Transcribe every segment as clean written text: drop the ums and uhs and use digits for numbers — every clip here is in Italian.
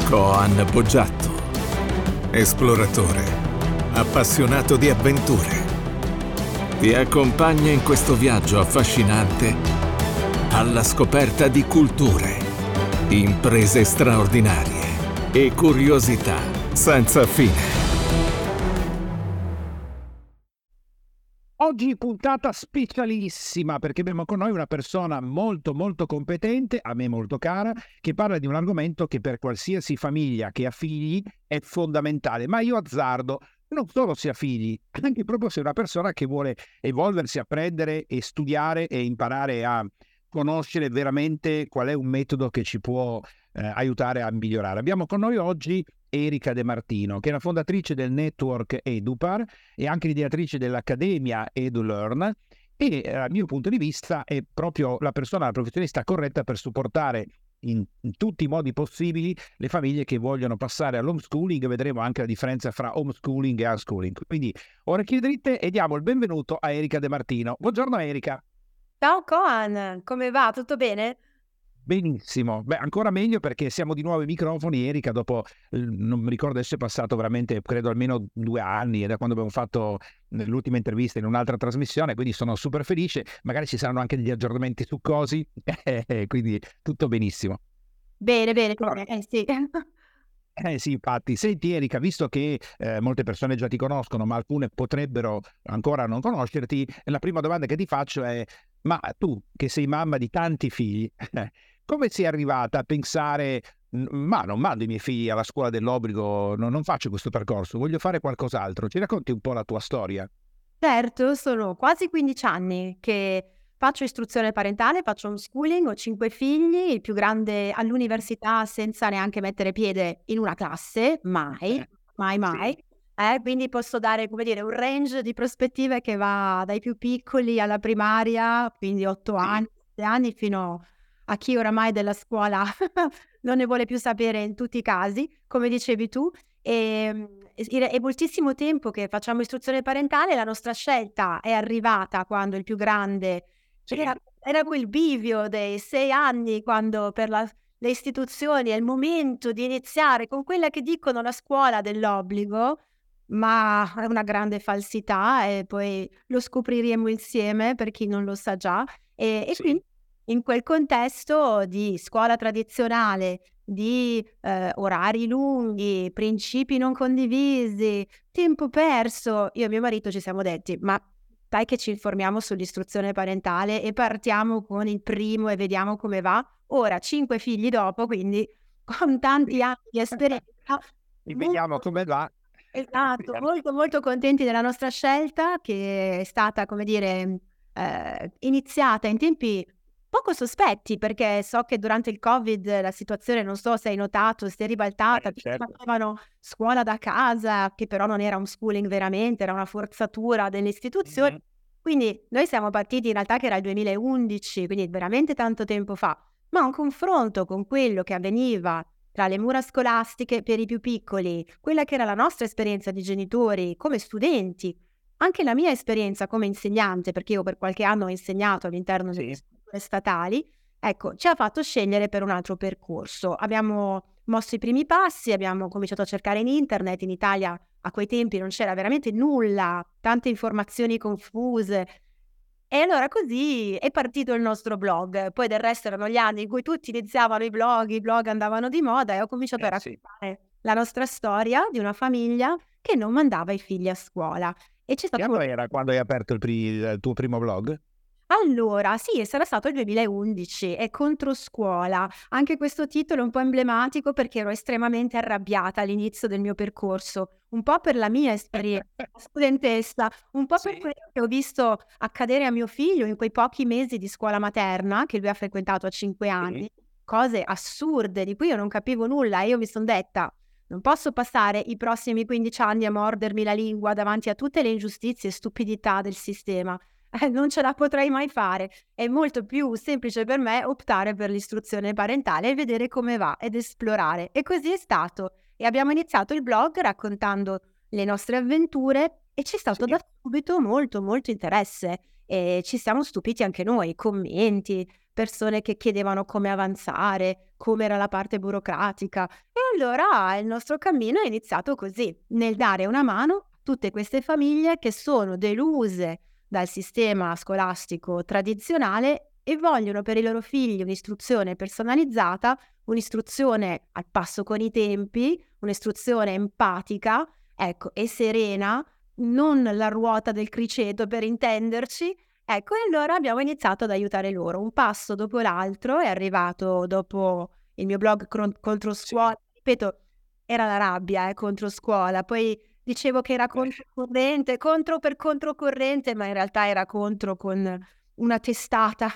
Coan Boggiatto, esploratore, appassionato di avventure. Ti accompagna in questo viaggio affascinante alla scoperta di culture, imprese straordinarie e curiosità senza fine. Oggi puntata specialissima perché abbiamo con noi una persona molto competente, a me molto cara, che parla di un argomento che per qualsiasi famiglia che ha figli è fondamentale, ma io azzardo non solo se ha figli, anche proprio se è una persona che vuole evolversi, apprendere e studiare e imparare a conoscere veramente qual è un metodo che ci può aiutare a migliorare. Abbiamo con noi oggi Erika De Martino, che è la fondatrice del network Edupar e anche l'ideatrice dell'Accademia EduLearn e dal mio punto di vista è proprio la persona, la professionista corretta per supportare in tutti i modi possibili le famiglie che vogliono passare all'homeschooling. Vedremo anche la differenza fra homeschooling e unschooling. Quindi orecchie dritte e diamo il benvenuto a Erika De Martino. Buongiorno Erika. Ciao Coan, come va? Tutto bene? Benissimo, beh, ancora meglio perché siamo di nuovo ai microfoni. Erika, dopo, non mi ricordo, adesso è passato veramente, credo almeno 2 anni, da quando abbiamo fatto l'ultima intervista in un'altra trasmissione, quindi sono super felice. Magari ci saranno anche degli aggiornamenti succosi, quindi tutto benissimo. Bene, Allora, sì. sì, infatti. Senti Erika, visto che molte persone già ti conoscono, ma alcune potrebbero ancora non conoscerti, la prima domanda che ti faccio è: ma tu, che sei mamma di tanti figli, come sei arrivata a pensare, ma non mando i miei figli alla scuola dell'obbligo, non faccio questo percorso, voglio fare qualcos'altro? Ci racconti un po' la tua storia? Certo, sono quasi 15 anni che faccio istruzione parentale, faccio homeschooling, ho 5 figli, il più grande all'università senza neanche mettere piede in una classe, mai, mai. Sì. Quindi posso dare, come dire, un range di prospettive che va dai più piccoli alla primaria, quindi 8 anni, 7 anni, fino a chi oramai della scuola non ne vuole più sapere in tutti i casi, come dicevi tu. È moltissimo tempo che facciamo istruzione parentale, la nostra scelta è arrivata quando il più grande era quel bivio dei 6 anni, quando per le istituzioni è il momento di iniziare con quella che dicono la scuola dell'obbligo, ma è una grande falsità e poi lo scopriremo insieme per chi non lo sa già. E Sì. quindi in quel contesto di scuola tradizionale, di orari lunghi, principi non condivisi, tempo perso, io e mio marito ci siamo detti: "Ma dai che ci informiamo sull'istruzione parentale e partiamo con il primo e vediamo come va". Ora 5 figli dopo, quindi con tanti anni di esperienza, E molto vediamo come va. esatto, Vediamo. molto contenti della nostra scelta che è stata, come dire, iniziata in tempi poco sospetti, perché so che durante il Covid la situazione, non so se hai notato, si è ribaltata, tutti Certo. facevano scuola da casa, che però non era homeschooling veramente, era una forzatura delle istituzioni. Mhm. Quindi noi siamo partiti in realtà che era il 2011, quindi veramente tanto tempo fa, ma un confronto con quello che avveniva tra le mura scolastiche per i più piccoli, quella che era la nostra esperienza di genitori come studenti, anche la mia esperienza come insegnante, perché io per qualche anno ho insegnato all'interno delle Sì. strutture statali, ecco, ci ha fatto scegliere per un altro percorso. Abbiamo mosso i primi passi, abbiamo cominciato a cercare in internet. In Italia a quei tempi non c'era veramente nulla, tante informazioni confuse. E allora così è partito il nostro blog. Poi del resto erano gli anni in cui tutti iniziavano i blog andavano di moda e ho cominciato a Sì. raccontare la nostra storia di una famiglia che non mandava i figli a scuola. E c'è Che stato anno era quando hai aperto il tuo primo blog? allora, sì, sarà stato il 2011, è Contro Scuola. Anche questo titolo è un po' emblematico perché ero estremamente arrabbiata all'inizio del mio percorso, un po' per la mia esperienza da studentessa, un po' per Sì. quello che ho visto accadere a mio figlio in quei pochi mesi di scuola materna che lui ha frequentato a 5 anni, cose assurde di cui io non capivo nulla e io mi son detta: "Non posso passare i prossimi 15 anni a mordermi la lingua davanti a tutte le ingiustizie e stupidità del sistema". Non ce la potrei mai fare. È molto più semplice per me optare per l'istruzione parentale e vedere come va ed esplorare. E così è stato. E abbiamo iniziato il blog raccontando le nostre avventure e c'è stato Sì. da subito molto interesse. E ci siamo stupiti anche noi, commenti, persone che chiedevano come avanzare, come era la parte burocratica. E allora il nostro cammino è iniziato così, nel dare una mano a tutte queste famiglie che sono deluse dal sistema scolastico tradizionale e vogliono per i loro figli un'istruzione personalizzata, un'istruzione al passo con i tempi, un'istruzione empatica, ecco, e serena, non la ruota del criceto per intenderci. Ecco, e allora abbiamo iniziato ad aiutare loro, un passo dopo l'altro. È arrivato dopo il mio blog contro scuola, ripeto, era la rabbia contro scuola, poi dicevo che era controcorrente, contro per controcorrente, ma in realtà era contro con una testata,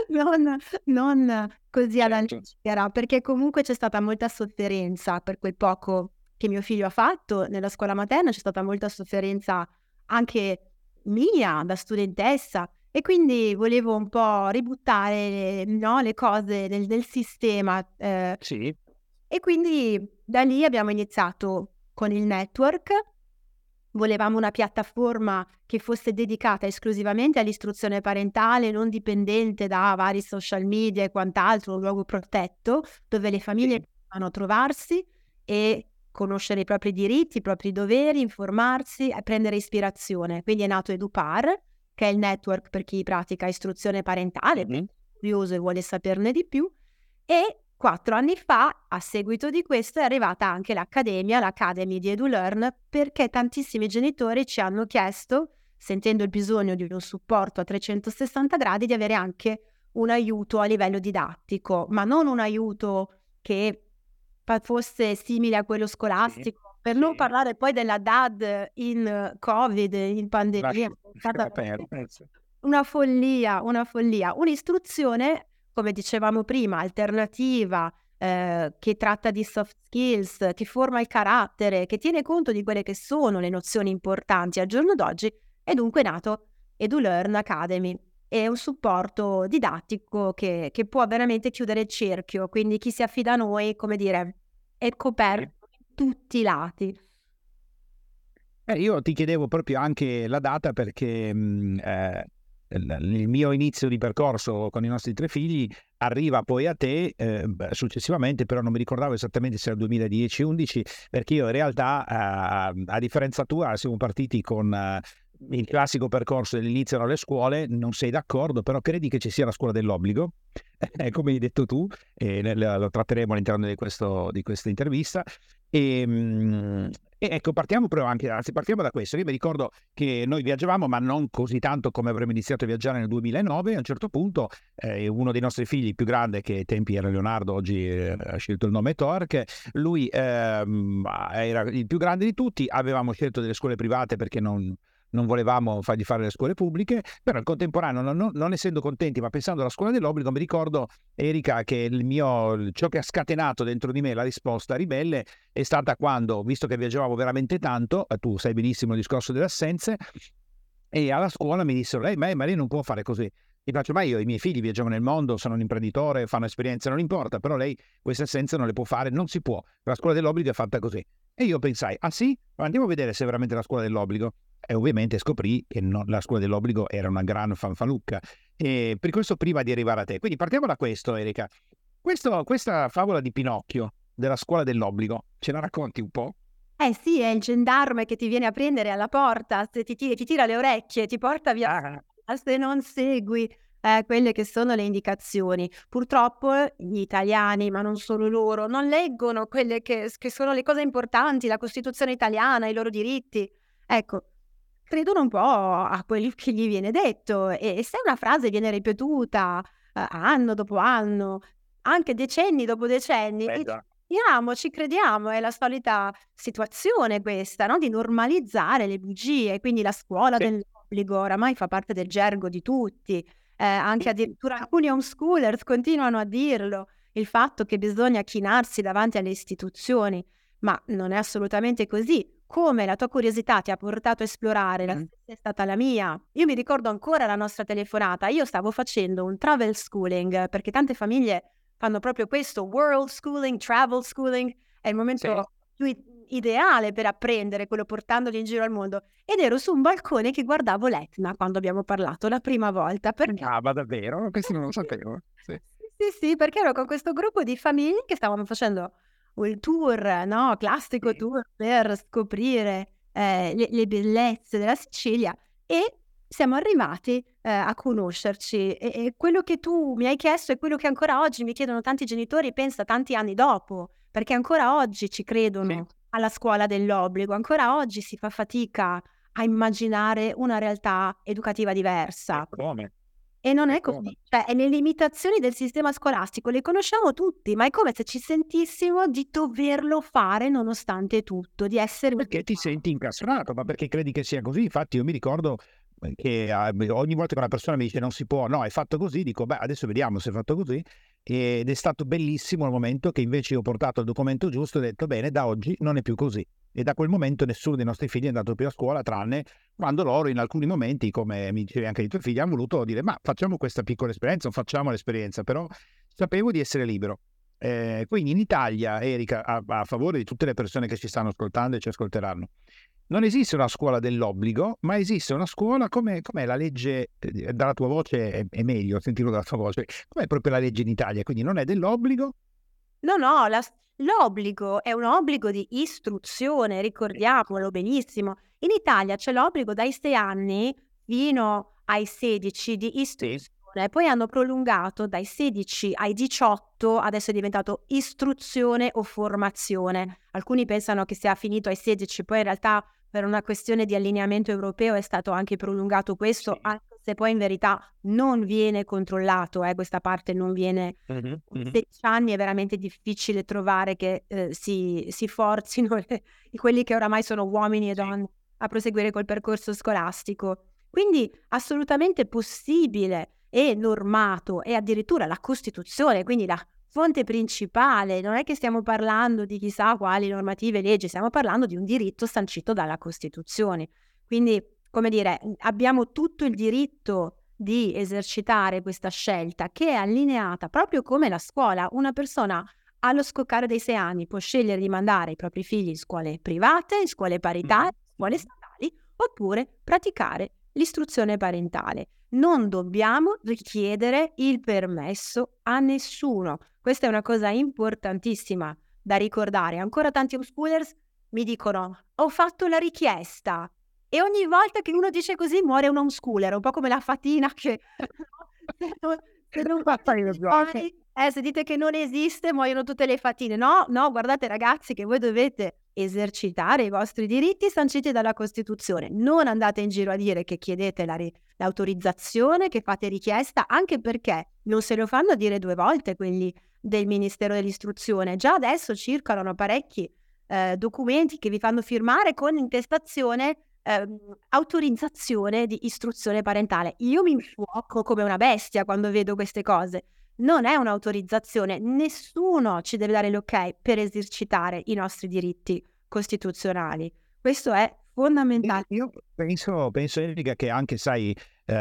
non così alla leggera, perché comunque c'è stata molta sofferenza per quel poco che mio figlio ha fatto nella scuola materna, c'è stata molta sofferenza anche mia da studentessa, e quindi volevo un po' ributtare, no, le cose del sistema. Sì. E quindi da lì abbiamo iniziato con il network. Volevamo una piattaforma che fosse dedicata esclusivamente all'istruzione parentale, non dipendente da vari social media e quant'altro, un luogo protetto dove le famiglie potevano trovarsi e conoscere i propri diritti, i propri doveri, informarsi e prendere ispirazione. Quindi è nato EduPar, che è il network per chi pratica istruzione parentale, è curioso e vuole saperne di più. E 4 anni fa, a seguito di questo, è arrivata anche l'Academy di EduLearn, perché tantissimi genitori ci hanno chiesto, sentendo il bisogno di un supporto a 360 gradi, di avere anche un aiuto a livello didattico, ma non un aiuto che fosse simile a quello scolastico, per non parlare poi della DAD in Covid, in pandemia. È stata una follia, un'istruzione, come dicevamo prima, alternativa, che tratta di soft skills, che forma il carattere, che tiene conto di quelle che sono le nozioni importanti al giorno d'oggi. È dunque nato EduLearn Academy. È un supporto didattico che può veramente chiudere il cerchio, quindi chi si affida a noi, come dire, è coperto in tutti i lati. Io ti chiedevo proprio anche la data perché il mio inizio di percorso con i nostri 3 figli arriva poi a te successivamente, però non mi ricordavo esattamente se era 2010-11, perché io in realtà a differenza tua siamo partiti con il classico percorso dell'inizio alle scuole. Non sei d'accordo, però credi che ci sia la scuola dell'obbligo, come hai detto tu, e lo tratteremo all'interno di questa intervista. E ecco, partiamo da questo. Io mi ricordo che noi viaggiavamo, ma non così tanto come avremmo iniziato a viaggiare nel 2009. A un certo punto uno dei nostri figli più grande, che ai tempi era Leonardo, oggi ha scelto il nome Torque, lui era il più grande di tutti. Avevamo scelto delle scuole private perché non volevamo fargli fare le scuole pubbliche, però al contemporaneo, non essendo contenti ma pensando alla scuola dell'obbligo, mi ricordo, Erika, che ciò che ha scatenato dentro di me la risposta ribelle è stata quando, visto che viaggiavamo veramente tanto, tu sai benissimo il discorso delle assenze, e alla scuola mi dissero: ma lei non può fare così. Gli faccio: ma io, i miei figli viaggiano nel mondo, sono un imprenditore, fanno esperienze, non importa, però lei queste assenze non le può fare, non si può, la scuola dell'obbligo è fatta così. E io pensai: ah sì? Andiamo a vedere se è veramente la scuola dell'obbligo. E ovviamente scoprì che la scuola dell'obbligo era una gran fanfalucca. E per questo, prima di arrivare a te, quindi partiamo da questo, Erika. Questa favola di Pinocchio della scuola dell'obbligo, ce la racconti un po'? Sì, è il gendarme che ti viene a prendere alla porta, se ti tira le orecchie, ti porta via se non segui quelle che sono le indicazioni. Purtroppo gli italiani, ma non solo loro, non leggono quelle che sono le cose importanti, la Costituzione italiana, i loro diritti. Ecco, credono un po' a quello che gli viene detto, e se una frase viene ripetuta anno dopo anno, anche decenni dopo decenni, ci crediamo, è la solita situazione questa, no? Di normalizzare le bugie. Quindi la scuola dell'obbligo oramai fa parte del gergo di tutti, anche addirittura alcuni homeschoolers continuano a dirlo, il fatto che bisogna chinarsi davanti alle istituzioni, ma non è assolutamente così. Come la tua curiosità ti ha portato a esplorare, la stessa è stata la mia. Io mi ricordo ancora la nostra telefonata. Io stavo facendo un travel schooling, perché tante famiglie fanno proprio questo, world schooling, travel schooling. È il momento più ideale per apprendere, quello portandoli in giro al mondo. Ed ero su un balcone che guardavo l'Etna quando abbiamo parlato la prima volta, perché Ah, ma davvero? Questo non lo sapevo. Sì. sì, perché ero con questo gruppo di famiglie che stavamo facendo il tour, no, classico Sì. tour per scoprire, le bellezze della Sicilia, e siamo arrivati, a conoscerci, e quello che tu mi hai chiesto è quello che ancora oggi mi chiedono tanti genitori, pensa tanti anni dopo, perché ancora oggi ci Sì. credono alla scuola dell'obbligo, ancora oggi si fa fatica a immaginare una realtà educativa diversa. Come? E non è Come? così, cioè, e le limitazioni del sistema scolastico le conosciamo tutti, ma è come se ci sentissimo di doverlo fare nonostante tutto, di essere Perché ti senti incastrato, ma perché credi che sia così? Infatti io mi ricordo che ogni volta che una persona mi dice non si può, no, è fatto così, dico beh, adesso vediamo se è fatto così. Ed è stato bellissimo il momento che invece io ho portato il documento giusto e ho detto bene, da oggi non è più così. E da quel momento nessuno dei nostri figli è andato più a scuola, tranne quando loro in alcuni momenti, come mi dicevi anche i tuoi figli, hanno voluto dire ma facciamo questa piccola esperienza, o facciamo l'esperienza, però sapevo di essere libero. Quindi in Italia, Erika, a favore di tutte le persone che ci stanno ascoltando e ci ascolteranno, non esiste una scuola dell'obbligo, ma esiste una scuola come la legge, dalla tua voce è meglio sentirlo dalla tua voce, com'è proprio la legge in Italia, quindi non è dell'obbligo. No, l'obbligo è un obbligo di istruzione, ricordiamolo benissimo. In Italia c'è l'obbligo dai 6 anni fino ai 16 di Sì. istruzione, poi hanno prolungato dai 16 ai 18, adesso è diventato istruzione o formazione. Alcuni pensano che sia finito ai 16, poi in realtà per una questione di allineamento europeo è stato anche prolungato questo, Sì. anche se poi in verità non viene controllato, questa parte non viene. Mhm, Con mhm. 16 anni è veramente difficile trovare che si forzino quelli che oramai sono uomini e Sì. donne a proseguire col percorso scolastico. Quindi assolutamente possibile e normato, e addirittura la Costituzione, quindi la fonte principale, non è che stiamo parlando di chissà quali normative e leggi, stiamo parlando di un diritto sancito dalla Costituzione. Quindi, come dire, abbiamo tutto il diritto di esercitare questa scelta, che è allineata proprio come la scuola. Una persona allo scoccare dei 6 anni può scegliere di mandare i propri figli in scuole private, in scuole paritarie, Mhm, scuole mhm. statali, oppure praticare l'istruzione parentale. Non dobbiamo richiedere il permesso a nessuno. Questa è una cosa importantissima da ricordare. Ancora tanti homeschoolers mi dicono: "Ho fatto la richiesta". E ogni volta che uno dice così muore un homeschooler, un po' come la fatina che se non se dite che non esiste muoiono tutte le fatine. No, guardate ragazzi che voi dovete esercitare i vostri diritti sanciti dalla Costituzione. Non andate in giro a dire che chiedete l'autorizzazione, che fate richiesta, anche perché non se lo fanno dire 2 volte quelli del Ministero dell'Istruzione. Già adesso circolano parecchi, documenti che vi fanno firmare con intestazione autorizzazione di istruzione parentale. Io mi infuoco come una bestia quando vedo queste cose. Non è un'autorizzazione, nessuno ci deve dare l'ok per esercitare i nostri diritti costituzionali. Questo è fondamentale. Io penso Erika, che anche, sai,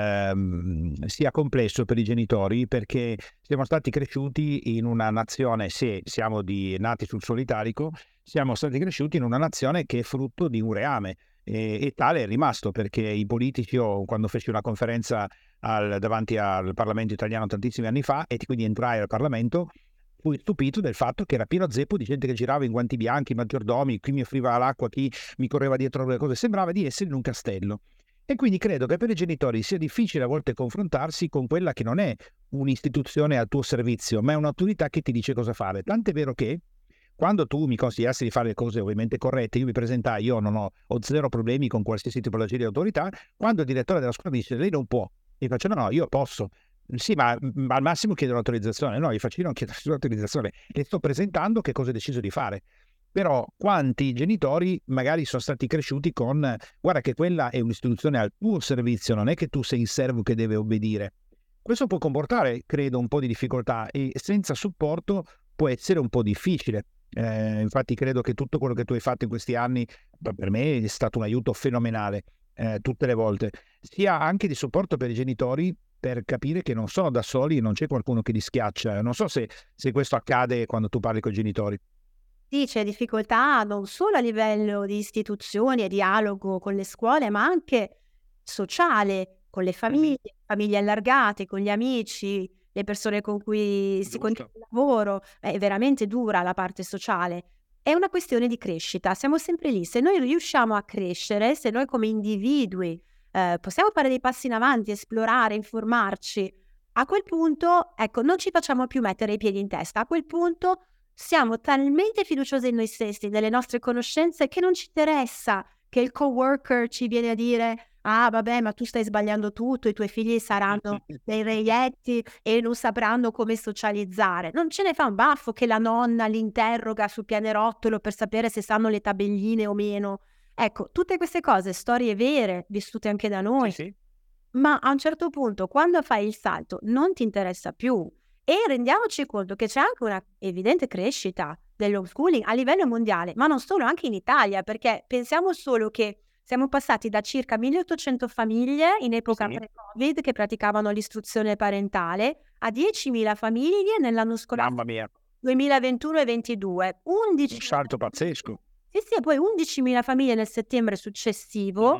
sia complesso per i genitori, perché siamo stati cresciuti in una nazione, se siamo nati sul suolo italico, siamo stati cresciuti in una nazione che è frutto di un reame, e tale è rimasto, perché i politici, io quando feci una conferenza davanti al Parlamento italiano tantissimi anni fa, e quindi entrai al Parlamento, fui stupito del fatto che era pieno zeppo di gente che girava in guanti bianchi, maggiordomi, chi mi offriva l'acqua, chi mi correva dietro le cose, sembrava di essere in un castello. E quindi credo che per i genitori sia difficile a volte confrontarsi con quella che non è un'istituzione al tuo servizio, ma è un'autorità che ti dice cosa fare. Tant'è vero che quando tu mi consigliassi di fare le cose ovviamente corrette, io mi presentai, io ho zero problemi con qualsiasi tipologia di autorità. Quando il direttore della scuola mi dice lei non può, io faccio no, io posso. Sì, ma al massimo chiedo un'autorizzazione. No, io faccio, io non chiedo nessuna autorizzazione, e sto presentando che cosa ho deciso di fare. Però quanti genitori magari sono stati cresciuti con guarda che quella è un'istituzione al tuo servizio, non è che tu sei il servo che deve obbedire. Questo può comportare, credo, un po' di difficoltà, e senza supporto può essere un po' difficile. Infatti credo che tutto quello che tu hai fatto in questi anni per me è stato un aiuto fenomenale, tutte le volte, sia anche di supporto per i genitori, per capire che non sono da soli e non c'è qualcuno che li schiaccia. Non so se questo accade quando tu parli con i genitori. Sì, c'è difficoltà non solo a livello di istituzioni e dialogo con le scuole, ma anche sociale, con le famiglie allargate, con gli amici, le persone con cui si condivide il lavoro. È veramente dura la parte sociale. È una questione di crescita, siamo sempre lì. Se noi riusciamo a crescere, se noi come individui, possiamo fare dei passi in avanti, esplorare, informarci, a quel punto, ecco, non ci facciamo più mettere i piedi in testa. A quel punto siamo talmente fiduciosi in noi stessi, nelle nostre conoscenze, che non ci interessa che il coworker ci viene a dire: "Ah vabbè, ma tu stai sbagliando tutto, i tuoi figli saranno dei reietti e non sapranno come socializzare". Non ce ne fa un baffo che la nonna li interroga sul pianerottolo per sapere se sanno le tabelline o meno. Ecco, tutte queste cose, storie vere, vissute anche da noi. Sì. Ma a un certo punto, quando fai il salto, non ti interessa più. E rendiamoci conto che c'è anche una evidente crescita dell'homeschooling a livello mondiale, ma non solo, anche in Italia, perché pensiamo solo che siamo passati da circa 1800 famiglie in epoca Sì. pre-Covid che praticavano l'istruzione parentale a 10.000 famiglie nell'anno scolastico Mamma mia, 2021 e 22. un 11.000 salto pazzesco. sì, sì, e poi 11.000 famiglie nel settembre successivo.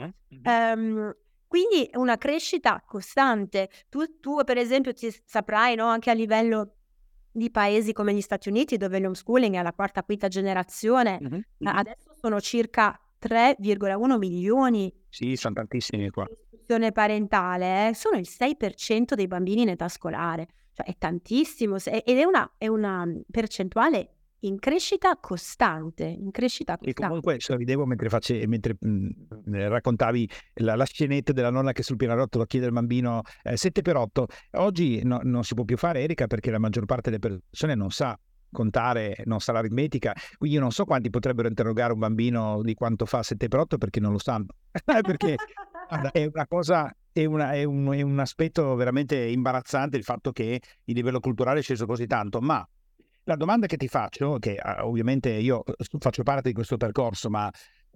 Quindi una crescita costante. Tu per esempio saprai, no, anche a livello di paesi come gli Stati Uniti, dove l'homeschooling è alla quarta, quinta generazione, adesso sono circa 3,1 milioni Sì, son tantissimi qua. di istruzione parentale, sono il 6% dei bambini in età scolare, cioè è tantissimo ed è una percentuale in crescita costante, in crescita E costante. comunque sorridevo mentre raccontavi la scenetta della nonna che sul pianerottolo chiede al bambino 7 per 8. Oggi non si può più fare, Erika, perché la maggior parte delle persone non sa contare, non sa l'aritmetica, quindi io non so quanti potrebbero interrogare un bambino di quanto fa 7 per 8 perché non lo sanno. Perché guarda, è una cosa, è un aspetto veramente imbarazzante il fatto che il livello culturale è sceso così tanto, ma la domanda che ti faccio, che ovviamente io faccio parte di questo percorso, ma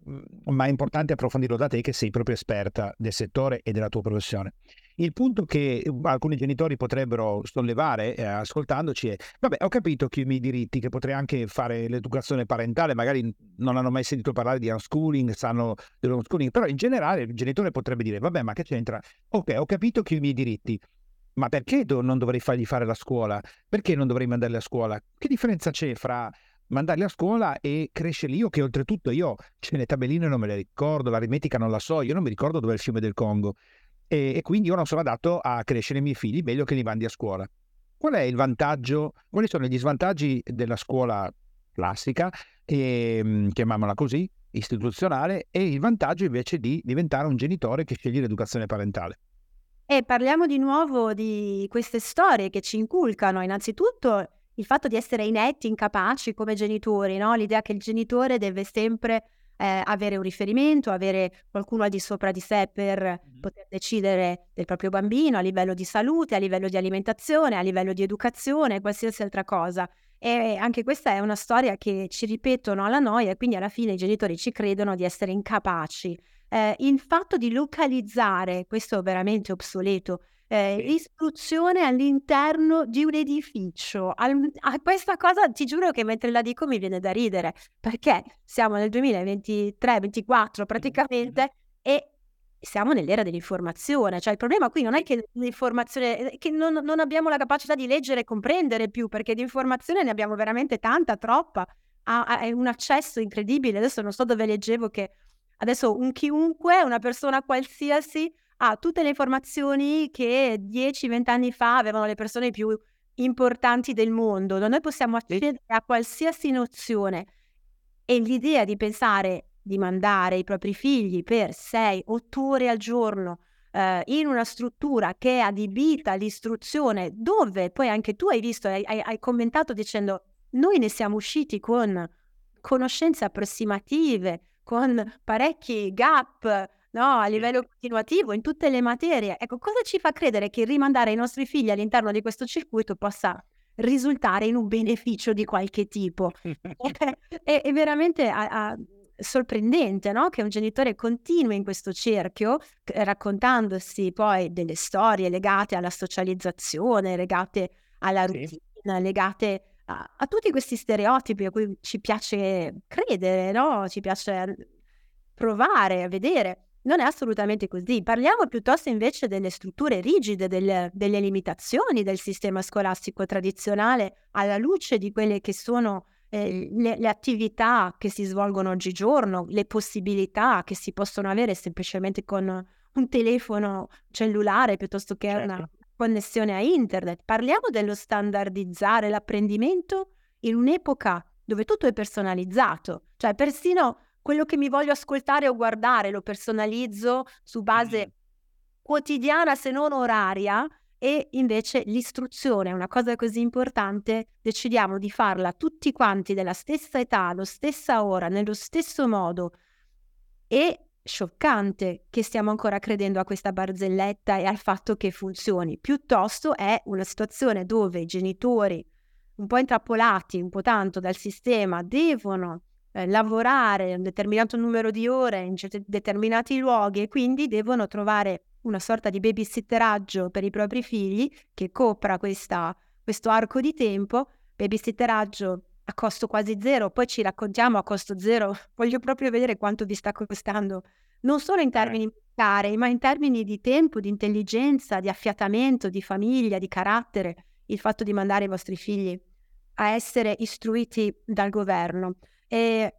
è importante approfondirlo da te che sei proprio esperta del settore e della tua professione. Il punto che alcuni genitori potrebbero sollevare ascoltandoci è: vabbè, ho capito che ho i miei diritti, che potrei anche fare l'educazione parentale, magari non hanno mai sentito parlare di unschooling, sanno dell'homeschooling, però in generale il genitore potrebbe dire: vabbè, ma che c'entra? Ok, ho capito che ho i miei diritti, ma perché non dovrei fargli fare la scuola? Perché non dovrei mandarli a scuola? Che differenza c'è fra mandarli a scuola e crescerli io, che oltretutto le tabelline non me le ricordo, l'aritmetica non la so, io non mi ricordo dov'è il fiume del Congo e quindi io non sono adatto a crescere i miei figli, meglio che li mandi a scuola. Qual è il vantaggio? Quali sono gli svantaggi della scuola classica, chiamiamola così, istituzionale, e il vantaggio invece di diventare un genitore che sceglie l'educazione parentale? E parliamo di nuovo di queste storie che ci inculcano innanzitutto il fatto di essere inetti, incapaci come genitori, no? L'idea che il genitore deve sempre avere un riferimento, avere qualcuno al di sopra di sé per poter decidere del proprio bambino a livello di salute, a livello di alimentazione, a livello di educazione, qualsiasi altra cosa. E anche questa è una storia che ci ripetono alla noia e quindi alla fine i genitori ci credono di essere incapaci. Il fatto di localizzare, questo è veramente obsoleto, l'istruzione all'interno di un edificio. A questa cosa ti giuro che mentre la dico mi viene da ridere, perché siamo nel 2023-24 praticamente e siamo nell'era dell'informazione. Cioè il problema qui non è che l'informazione è che non abbiamo la capacità di leggere e comprendere più, perché di informazione ne abbiamo veramente tanta, troppa. È un accesso incredibile. Adesso non so dove leggevo che adesso un chiunque, una persona qualsiasi, ha tutte le informazioni che 10-20 anni fa avevano le persone più importanti del mondo. Noi possiamo accedere a qualsiasi nozione e l'idea di pensare di mandare i propri figli per 6-8 ore al giorno in una struttura che è adibita all'istruzione, dove poi anche tu hai visto, hai commentato dicendo noi ne siamo usciti con conoscenze approssimative, con parecchi gap, no, a livello continuativo in tutte le materie. Ecco, cosa ci fa credere che rimandare i nostri figli all'interno di questo circuito possa risultare in un beneficio di qualche tipo? È veramente sorprendente, no, che un genitore continui in questo cerchio, raccontandosi poi delle storie legate alla socializzazione, legate alla routine, legate a tutti questi stereotipi a cui ci piace credere, no? Ci piace provare a vedere. Non è assolutamente così. Parliamo piuttosto invece delle strutture rigide, delle limitazioni del sistema scolastico tradizionale alla luce di quelle che sono le attività che si svolgono oggigiorno, le possibilità che si possono avere semplicemente con un telefono cellulare piuttosto che una connessione a internet. Parliamo dello standardizzare l'apprendimento in un'epoca dove tutto è personalizzato, cioè persino quello che mi voglio ascoltare o guardare lo personalizzo su base quotidiana se non oraria, e invece l'istruzione, una cosa così importante, decidiamo di farla tutti quanti della stessa età, alla stessa ora, nello stesso modo. È scioccante che stiamo ancora credendo a questa barzelletta e al fatto che funzioni. Piuttosto è una situazione dove i genitori, un po' intrappolati, un po' tanto dal sistema, devono lavorare un determinato numero di ore in determinati luoghi e quindi devono trovare una sorta di babysitteraggio per i propri figli che copra questo arco di tempo, babysitteraggio a costo quasi zero. Poi ci raccontiamo a costo zero, voglio proprio vedere quanto vi sta costando, non solo in termini monetari, ma in termini di tempo, di intelligenza, di affiatamento, di famiglia, di carattere, il fatto di mandare i vostri figli a essere istruiti dal governo. E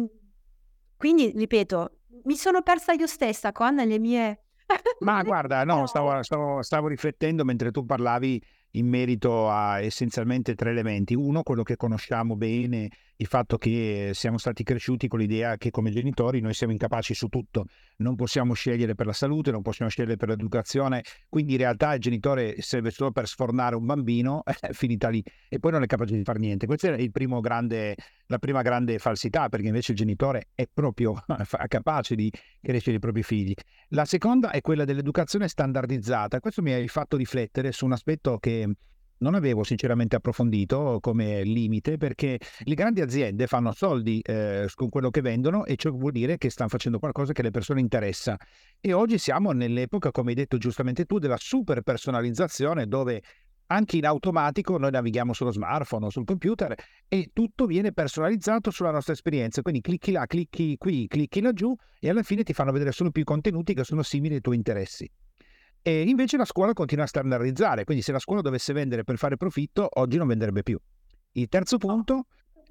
quindi, ripeto, mi sono persa io stessa con le mie... Ma guarda, no, stavo riflettendo mentre tu parlavi in merito a essenzialmente 3 elementi. Uno, quello che conosciamo bene, il fatto che siamo stati cresciuti con l'idea che come genitori noi siamo incapaci su tutto, non possiamo scegliere per la salute, non possiamo scegliere per l'educazione, quindi in realtà il genitore serve solo per sfornare un bambino, finita lì, e poi non è capace di fare niente. Questa è la prima grande falsità, perché invece il genitore è proprio capace di crescere i propri figli. La seconda è quella dell'educazione standardizzata. Questo mi ha fatto riflettere su un aspetto che non avevo sinceramente approfondito come limite, perché le grandi aziende fanno soldi con quello che vendono, e ciò vuol dire che stanno facendo qualcosa che le persone interessa. E oggi siamo nell'epoca, come hai detto giustamente tu, della super personalizzazione, dove anche in automatico noi navighiamo sullo smartphone o sul computer e tutto viene personalizzato sulla nostra esperienza. Quindi clicchi là, clicchi qui, clicchi laggiù, e alla fine ti fanno vedere solo più contenuti che sono simili ai tuoi interessi. E invece la scuola continua a standardizzare, quindi se la scuola dovesse vendere per fare profitto, oggi non venderebbe più. Il terzo punto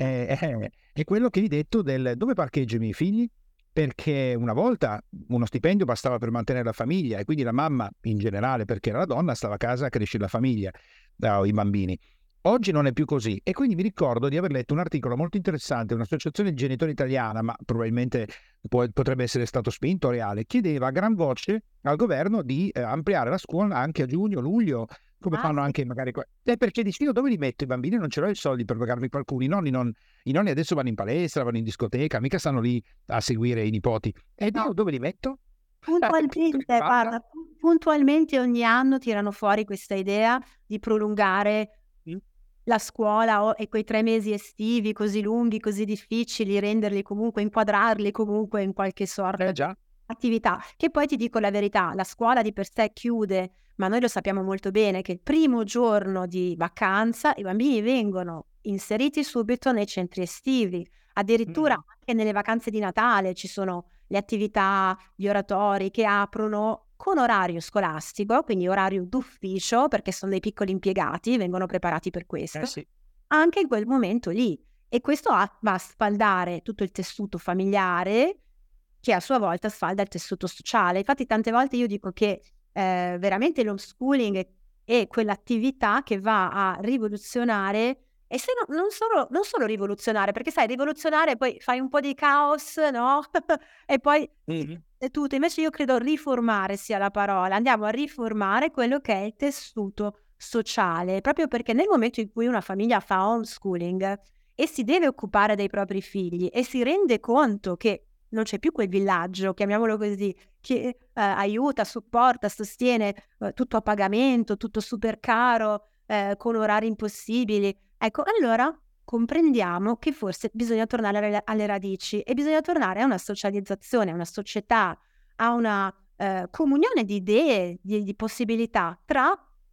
è quello che hai detto del dove parcheggio i miei figli, perché una volta uno stipendio bastava per mantenere la famiglia, e quindi la mamma in generale, perché era la donna, stava a casa a crescere la famiglia, i bambini. Oggi non è più così, e quindi mi ricordo di aver letto un articolo molto interessante, un'associazione di genitori italiana, ma probabilmente potrebbe essere stato spinto reale, chiedeva a gran voce al governo di ampliare la scuola anche a giugno, luglio, come fanno anche magari qua. Perché dici, io dove li metto i bambini? Non ce l'ho i soldi per pagarmi qualcuno, i nonni adesso vanno in palestra, vanno in discoteca, mica stanno lì a seguire i nipoti. E io dove li metto? Puntualmente ogni anno tirano fuori questa idea di prolungare la scuola e quei 3 mesi estivi così lunghi, così difficili, renderli comunque, inquadrarli comunque in qualche sorta di attività. Che poi ti dico la verità, la scuola di per sé chiude, ma noi lo sappiamo molto bene che il primo giorno di vacanza i bambini vengono inseriti subito nei centri estivi, addirittura anche nelle vacanze di Natale ci sono le attività, gli oratori che aprono con orario scolastico, quindi orario d'ufficio, perché sono dei piccoli impiegati, vengono preparati per questo, anche in quel momento lì. E questo va a sfaldare tutto il tessuto familiare, che a sua volta sfalda il tessuto sociale. Infatti tante volte io dico che veramente l'homeschooling è quell'attività che va a rivoluzionare, e se no, non solo rivoluzionare, perché sai, rivoluzionare poi fai un po' di caos, no? E poi è tutto. Invece io credo riformare sia la parola. Andiamo a riformare quello che è il tessuto sociale, proprio perché nel momento in cui una famiglia fa homeschooling e si deve occupare dei propri figli e si rende conto che non c'è più quel villaggio, chiamiamolo così, che aiuta, supporta, sostiene tutto a pagamento, tutto super caro, con orari impossibili. Ecco, allora comprendiamo che forse bisogna tornare alle radici e bisogna tornare a una socializzazione, a una società, a una comunione di idee, di possibilità tra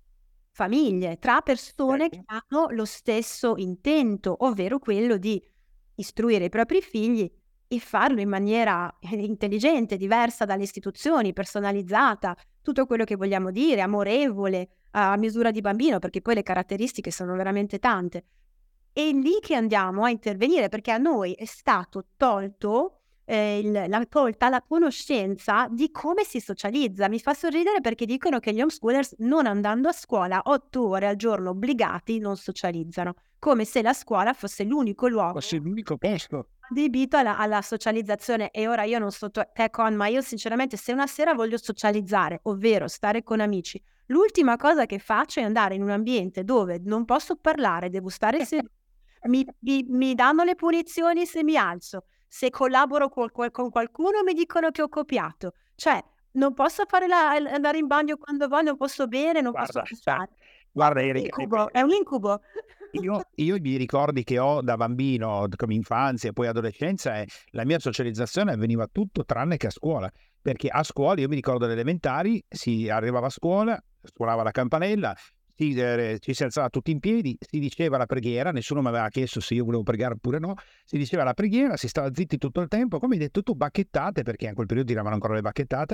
famiglie, tra persone che Certo. hanno lo stesso intento, ovvero quello di istruire i propri figli e farlo in maniera intelligente, diversa dalle istituzioni, personalizzata, tutto quello che vogliamo dire, amorevole, a misura di bambino, perché poi le caratteristiche sono veramente tante. È lì che andiamo a intervenire, perché a noi è stato tolto tolta la conoscenza di come si socializza. Mi fa sorridere perché dicono che gli homeschoolers, non andando a scuola 8 ore al giorno obbligati, non socializzano, come se la scuola fosse l'unico luogo Fosse l'unico posto. adibito alla socializzazione. E ora io non so te Con, ma io sinceramente, se una sera voglio socializzare, ovvero stare con amici, l'ultima cosa che faccio è andare in un ambiente dove non posso parlare, devo stare seduta, mi danno le punizioni se mi alzo, se collaboro con qualcuno mi dicono che ho copiato, cioè non posso fare andare in bagno quando voglio, non posso bere, non posso Guarda, mangiare. guarda È un Erika, incubo, è un incubo. io i ricordi che ho da bambino, come infanzia e poi adolescenza, è la mia socializzazione avveniva tutto tranne che a scuola, perché a scuola, io mi ricordo alle elementari, si arrivava a scuola, suonava la campanella, ci si alzava tutti in piedi, si diceva la preghiera, nessuno mi aveva chiesto se io volevo pregare oppure no, si diceva la preghiera, si stava zitti tutto il tempo, come hai detto tu, bacchettate, perché in quel periodo tiravano ancora le bacchettate,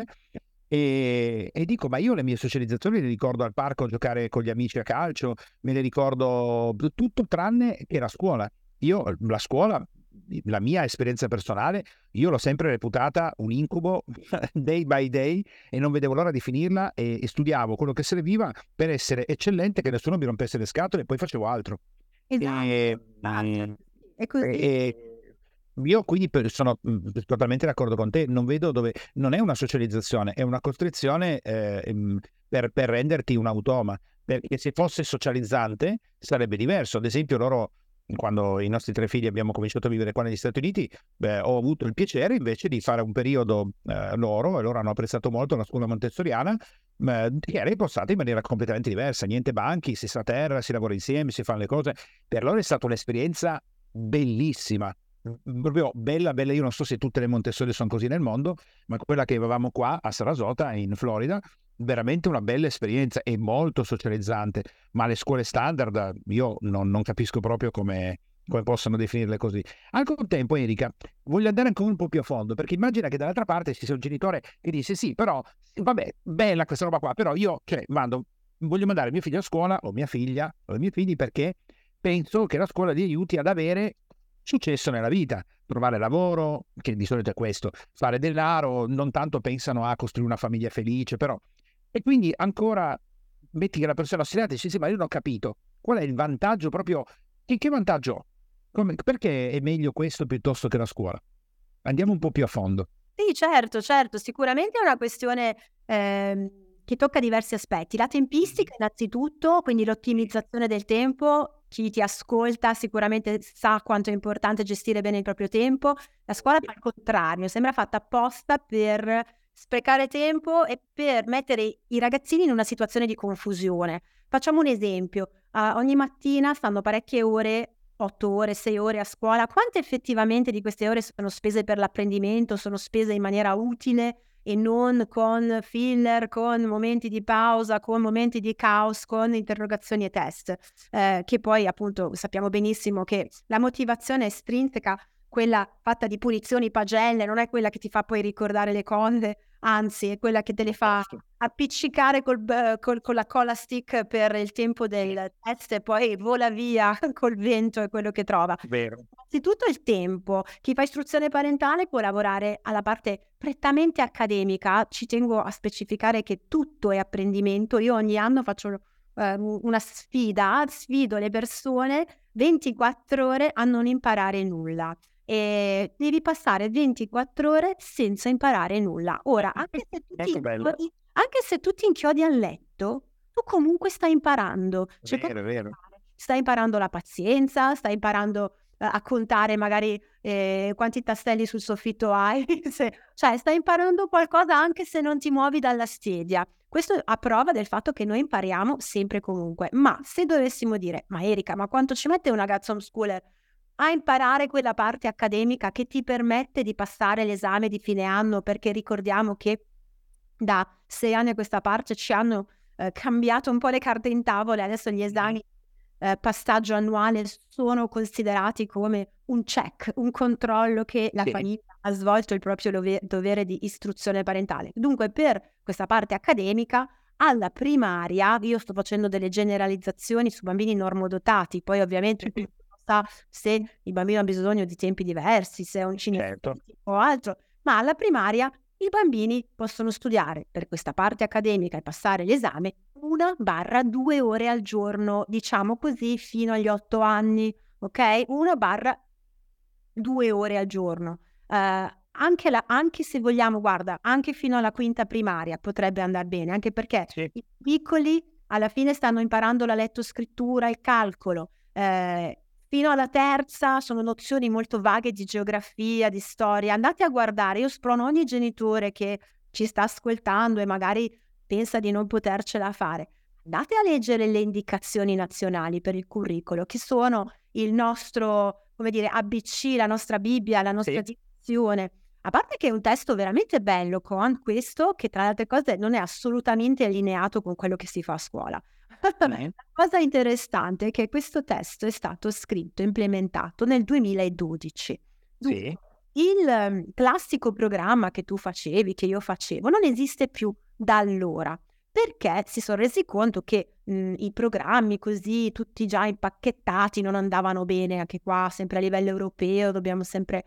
e dico, ma io le mie socializzazioni le ricordo al parco giocare con gli amici a calcio, me le ricordo tutto tranne che la scuola. Io la scuola, la mia esperienza personale, io l'ho sempre reputata un incubo day by day e non vedevo l'ora di finirla e studiavo quello che serviva per essere eccellente, che nessuno mi rompesse le scatole e poi facevo altro. E, Esatto. È così. io quindi sono totalmente d'accordo con te, non vedo dove, non è una socializzazione, è una costrizione per renderti un automa, perché se fosse socializzante sarebbe diverso. Ad esempio loro, quando i nostri 3 figli abbiamo cominciato a vivere qua negli Stati Uniti, ho avuto il piacere invece di fare un periodo loro, e loro hanno apprezzato molto la scuola montessoriana, che era impostata in maniera completamente diversa, niente banchi, si sta a terra, si lavora insieme, si fanno le cose. Per loro è stata un'esperienza bellissima, proprio bella, io non so se tutte le Montessori sono così nel mondo, ma quella che avevamo qua a Sarasota in Florida, veramente una bella esperienza e molto socializzante, ma le scuole standard io non capisco proprio come possono definirle così. Al contempo, Erika, voglio andare ancora un po' più a fondo, perché immagina che dall'altra parte ci sia un genitore che dice sì, però vabbè, bella questa roba qua, però io voglio mandare mio figlio a scuola o mia figlia o i miei figli perché penso che la scuola li aiuti ad avere successo nella vita, trovare lavoro, che di solito è questo, fare denaro, non tanto pensano a costruire una famiglia felice, però. E quindi ancora metti che la persona ostinata dice sì, ma io non ho capito, qual è il vantaggio proprio, che vantaggio ho? Perché è meglio questo piuttosto che la scuola? Andiamo un po' più a fondo. Sì, certo, sicuramente è una questione che tocca diversi aspetti. La tempistica innanzitutto, quindi l'ottimizzazione del tempo. Chi ti ascolta sicuramente sa quanto è importante gestire bene il proprio tempo. La scuola al contrario, sembra fatta apposta per sprecare tempo e per mettere i ragazzini in una situazione di confusione. Facciamo un esempio: ogni mattina stanno parecchie ore, 8 ore, 6 ore a scuola. Quante effettivamente di queste ore sono spese per l'apprendimento, sono spese in maniera utile e non con filler, con momenti di pausa, con momenti di caos, con interrogazioni e test, che poi appunto sappiamo benissimo che la motivazione estrinseca, quella fatta di punizioni, pagelle, non è quella che ti fa poi ricordare le cose, anzi è quella che te le fa appiccicare con la cola stick per il tempo del test e poi vola via col vento, è quello che trova. Vero. Innanzitutto il tempo. Chi fa istruzione parentale può lavorare alla parte prettamente accademica. Ci tengo a specificare che tutto è apprendimento. Io ogni anno faccio una sfida, sfido le persone 24 ore a non imparare nulla. E devi passare 24 ore senza imparare nulla. Ora, anche se tu ti inchiodi al letto, tu comunque stai imparando. C'è poco Vero, da vero. fare. Stai imparando la pazienza, stai imparando a contare magari quanti tastelli sul soffitto hai, cioè stai imparando qualcosa anche se non ti muovi dalla sedia. Questo a prova del fatto che noi impariamo sempre e comunque. Ma se dovessimo dire, ma Erika, ma quanto ci mette un ragazzo homeschooler a imparare quella parte accademica che ti permette di passare l'esame di fine anno? Perché ricordiamo che da 6 anni a questa parte ci hanno cambiato un po' le carte in tavola, adesso gli esami passaggio annuale sono considerati come un check, un controllo che la Sì. famiglia ha svolto il proprio dovere di istruzione parentale. Dunque, per questa parte accademica, alla primaria, io sto facendo delle generalizzazioni su bambini normodotati, poi ovviamente Sì. non sa se il bambino ha bisogno di tempi diversi, se è un Certo. o altro, ma alla primaria i bambini possono studiare per questa parte accademica e passare l'esame 1/2 ore al giorno, diciamo così, fino agli 8 anni, ok? 1/2 ore al giorno. Anche se vogliamo, guarda, anche fino alla quinta primaria potrebbe andar bene, anche perché Sì. i piccoli alla fine stanno imparando la lettoscrittura, il calcolo. Fino alla terza sono nozioni molto vaghe di geografia, di storia. Andate a guardare, io sprono ogni genitore che ci sta ascoltando e magari pensa di non potercela fare. Andate a leggere le indicazioni nazionali per il curricolo, che sono il nostro, come dire, ABC, la nostra Bibbia, la nostra Sì. dizione. A parte che è un testo veramente bello, con questo, che tra le altre cose non è assolutamente allineato con quello che si fa a scuola. La cosa interessante è che questo testo è stato scritto, implementato nel 2012. Sì. Il classico programma che tu facevi, che io facevo, non esiste più da allora, perché si sono resi conto che i programmi così, tutti già impacchettati, non andavano bene. Anche qua, sempre a livello europeo, dobbiamo sempre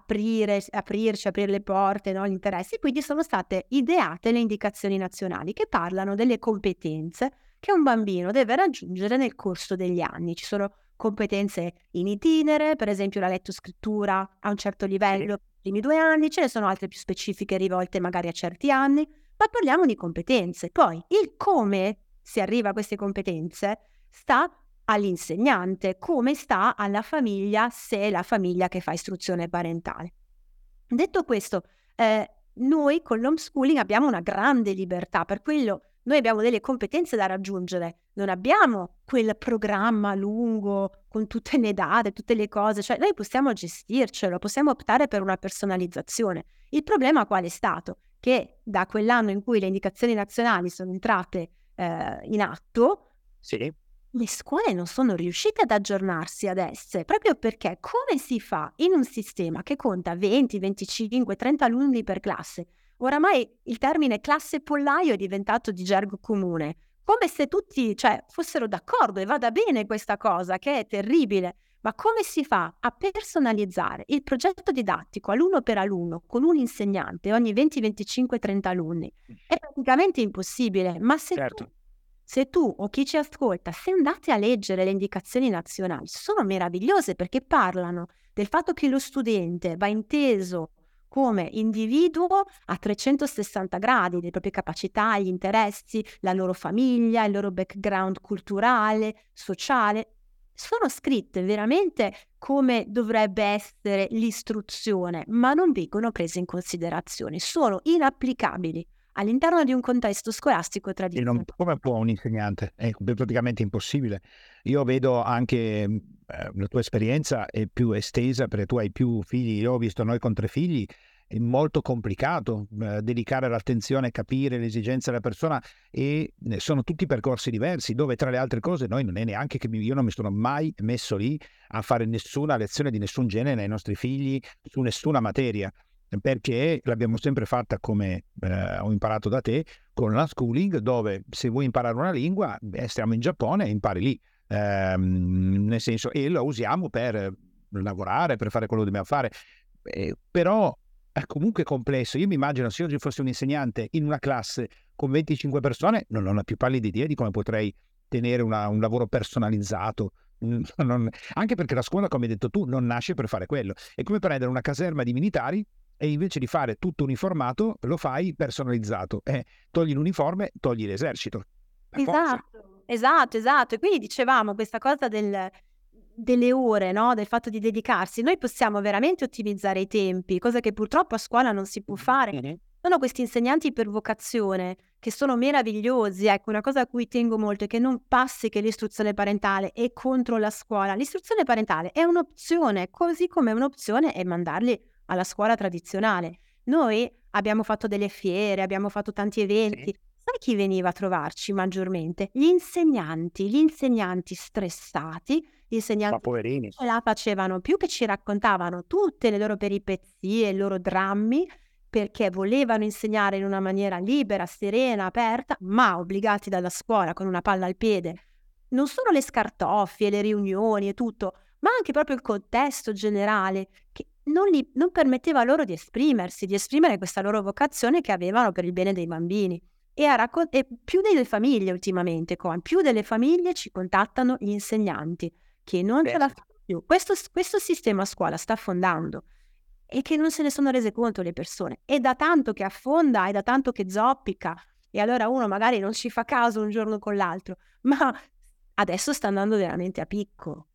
aprire le porte, no, gli interessi. Quindi sono state ideate le indicazioni nazionali che parlano delle competenze che un bambino deve raggiungere nel corso degli anni. Ci sono competenze in itinere, per esempio la lettoscrittura a un certo livello, i primi 2 anni, ce ne sono altre più specifiche rivolte magari a certi anni, ma parliamo di competenze. Poi il come si arriva a queste competenze sta all'insegnante, come sta alla famiglia, se è la famiglia che fa istruzione parentale. Detto questo, noi con l'homeschooling abbiamo una grande libertà, per quello noi abbiamo delle competenze da raggiungere, non abbiamo quel programma lungo con tutte le date, tutte le cose, cioè noi possiamo gestircelo, possiamo optare per una personalizzazione. Il problema qual è stato? Che da quell'anno in cui le indicazioni nazionali sono entrate in atto, Sì. le scuole non sono riuscite ad aggiornarsi ad esse, proprio perché come si fa in un sistema che conta 20, 25, 30 alunni per classe? Oramai il termine classe pollaio è diventato di gergo comune, come se tutti, cioè, fossero d'accordo e vada bene questa cosa, che è terribile. Ma come si fa a personalizzare il progetto didattico alunno per alunno con un insegnante ogni 20, 25, 30 alunni? È praticamente impossibile, ma Certo. se tu o chi ci ascolta, se andate a leggere le indicazioni nazionali, sono meravigliose perché parlano del fatto che lo studente va inteso come individuo a 360 gradi, le proprie capacità, gli interessi, la loro famiglia, il loro background culturale, sociale. Sono scritte veramente come dovrebbe essere l'istruzione, ma non vengono prese in considerazione, sono inapplicabili all'interno di un contesto scolastico E tradizionale. come può un insegnante? È praticamente impossibile. Io vedo anche la tua esperienza è più estesa perché tu hai più figli. Io ho visto noi con 3 figli, è molto complicato dedicare l'attenzione, capire le esigenze della persona e sono tutti percorsi diversi dove tra le altre cose noi non è neanche che io non mi sono mai messo lì a fare nessuna lezione di nessun genere ai nostri figli su nessuna materia, perché l'abbiamo sempre fatta come ho imparato da te con l'unschooling, dove se vuoi imparare una lingua, stiamo in Giappone e impari lì, nel senso, e lo usiamo per lavorare, per fare quello che dobbiamo fare, però è comunque complesso. Io mi immagino se oggi fossi un insegnante in una classe con 25 persone, non ho la più pallida idea di come potrei tenere un lavoro personalizzato. Anche perché la scuola, come hai detto tu, non nasce per fare quello. È come prendere una caserma di militari e invece di fare tutto uniformato lo fai personalizzato. Togli l'uniforme, togli l'esercito. Per forza. Esatto. E quindi dicevamo questa cosa delle ore, no? Del fatto di dedicarsi. Noi possiamo veramente ottimizzare i tempi, cosa che purtroppo a scuola non si può fare. Sono questi insegnanti per vocazione che sono meravigliosi. Ecco, una cosa a cui tengo molto è che non passi che l'istruzione parentale è contro la scuola. L'istruzione parentale è un'opzione, così come un'opzione è mandarli alla scuola tradizionale. Noi abbiamo fatto delle fiere, abbiamo fatto tanti eventi. Sì. Sta sai chi veniva a trovarci maggiormente? Gli insegnanti stressati, gli Ma insegnanti poverini. ce la facevano più, che ci raccontavano tutte le loro peripezie, i loro drammi, perché volevano insegnare in una maniera libera, serena, aperta, ma obbligati dalla scuola con una palla al piede. Non solo le scartoffie, le riunioni e tutto, ma anche proprio il contesto generale che non permetteva loro di esprimere questa loro vocazione che avevano per il bene dei bambini. E più delle famiglie ultimamente, più delle famiglie ci contattano gli insegnanti che non ce la Beh, fanno più. Questo sistema a scuola sta affondando e che non se ne sono rese conto le persone. È da tanto che affonda, è da tanto che zoppica e allora uno magari non ci fa caso un giorno con l'altro, ma adesso sta andando veramente a picco,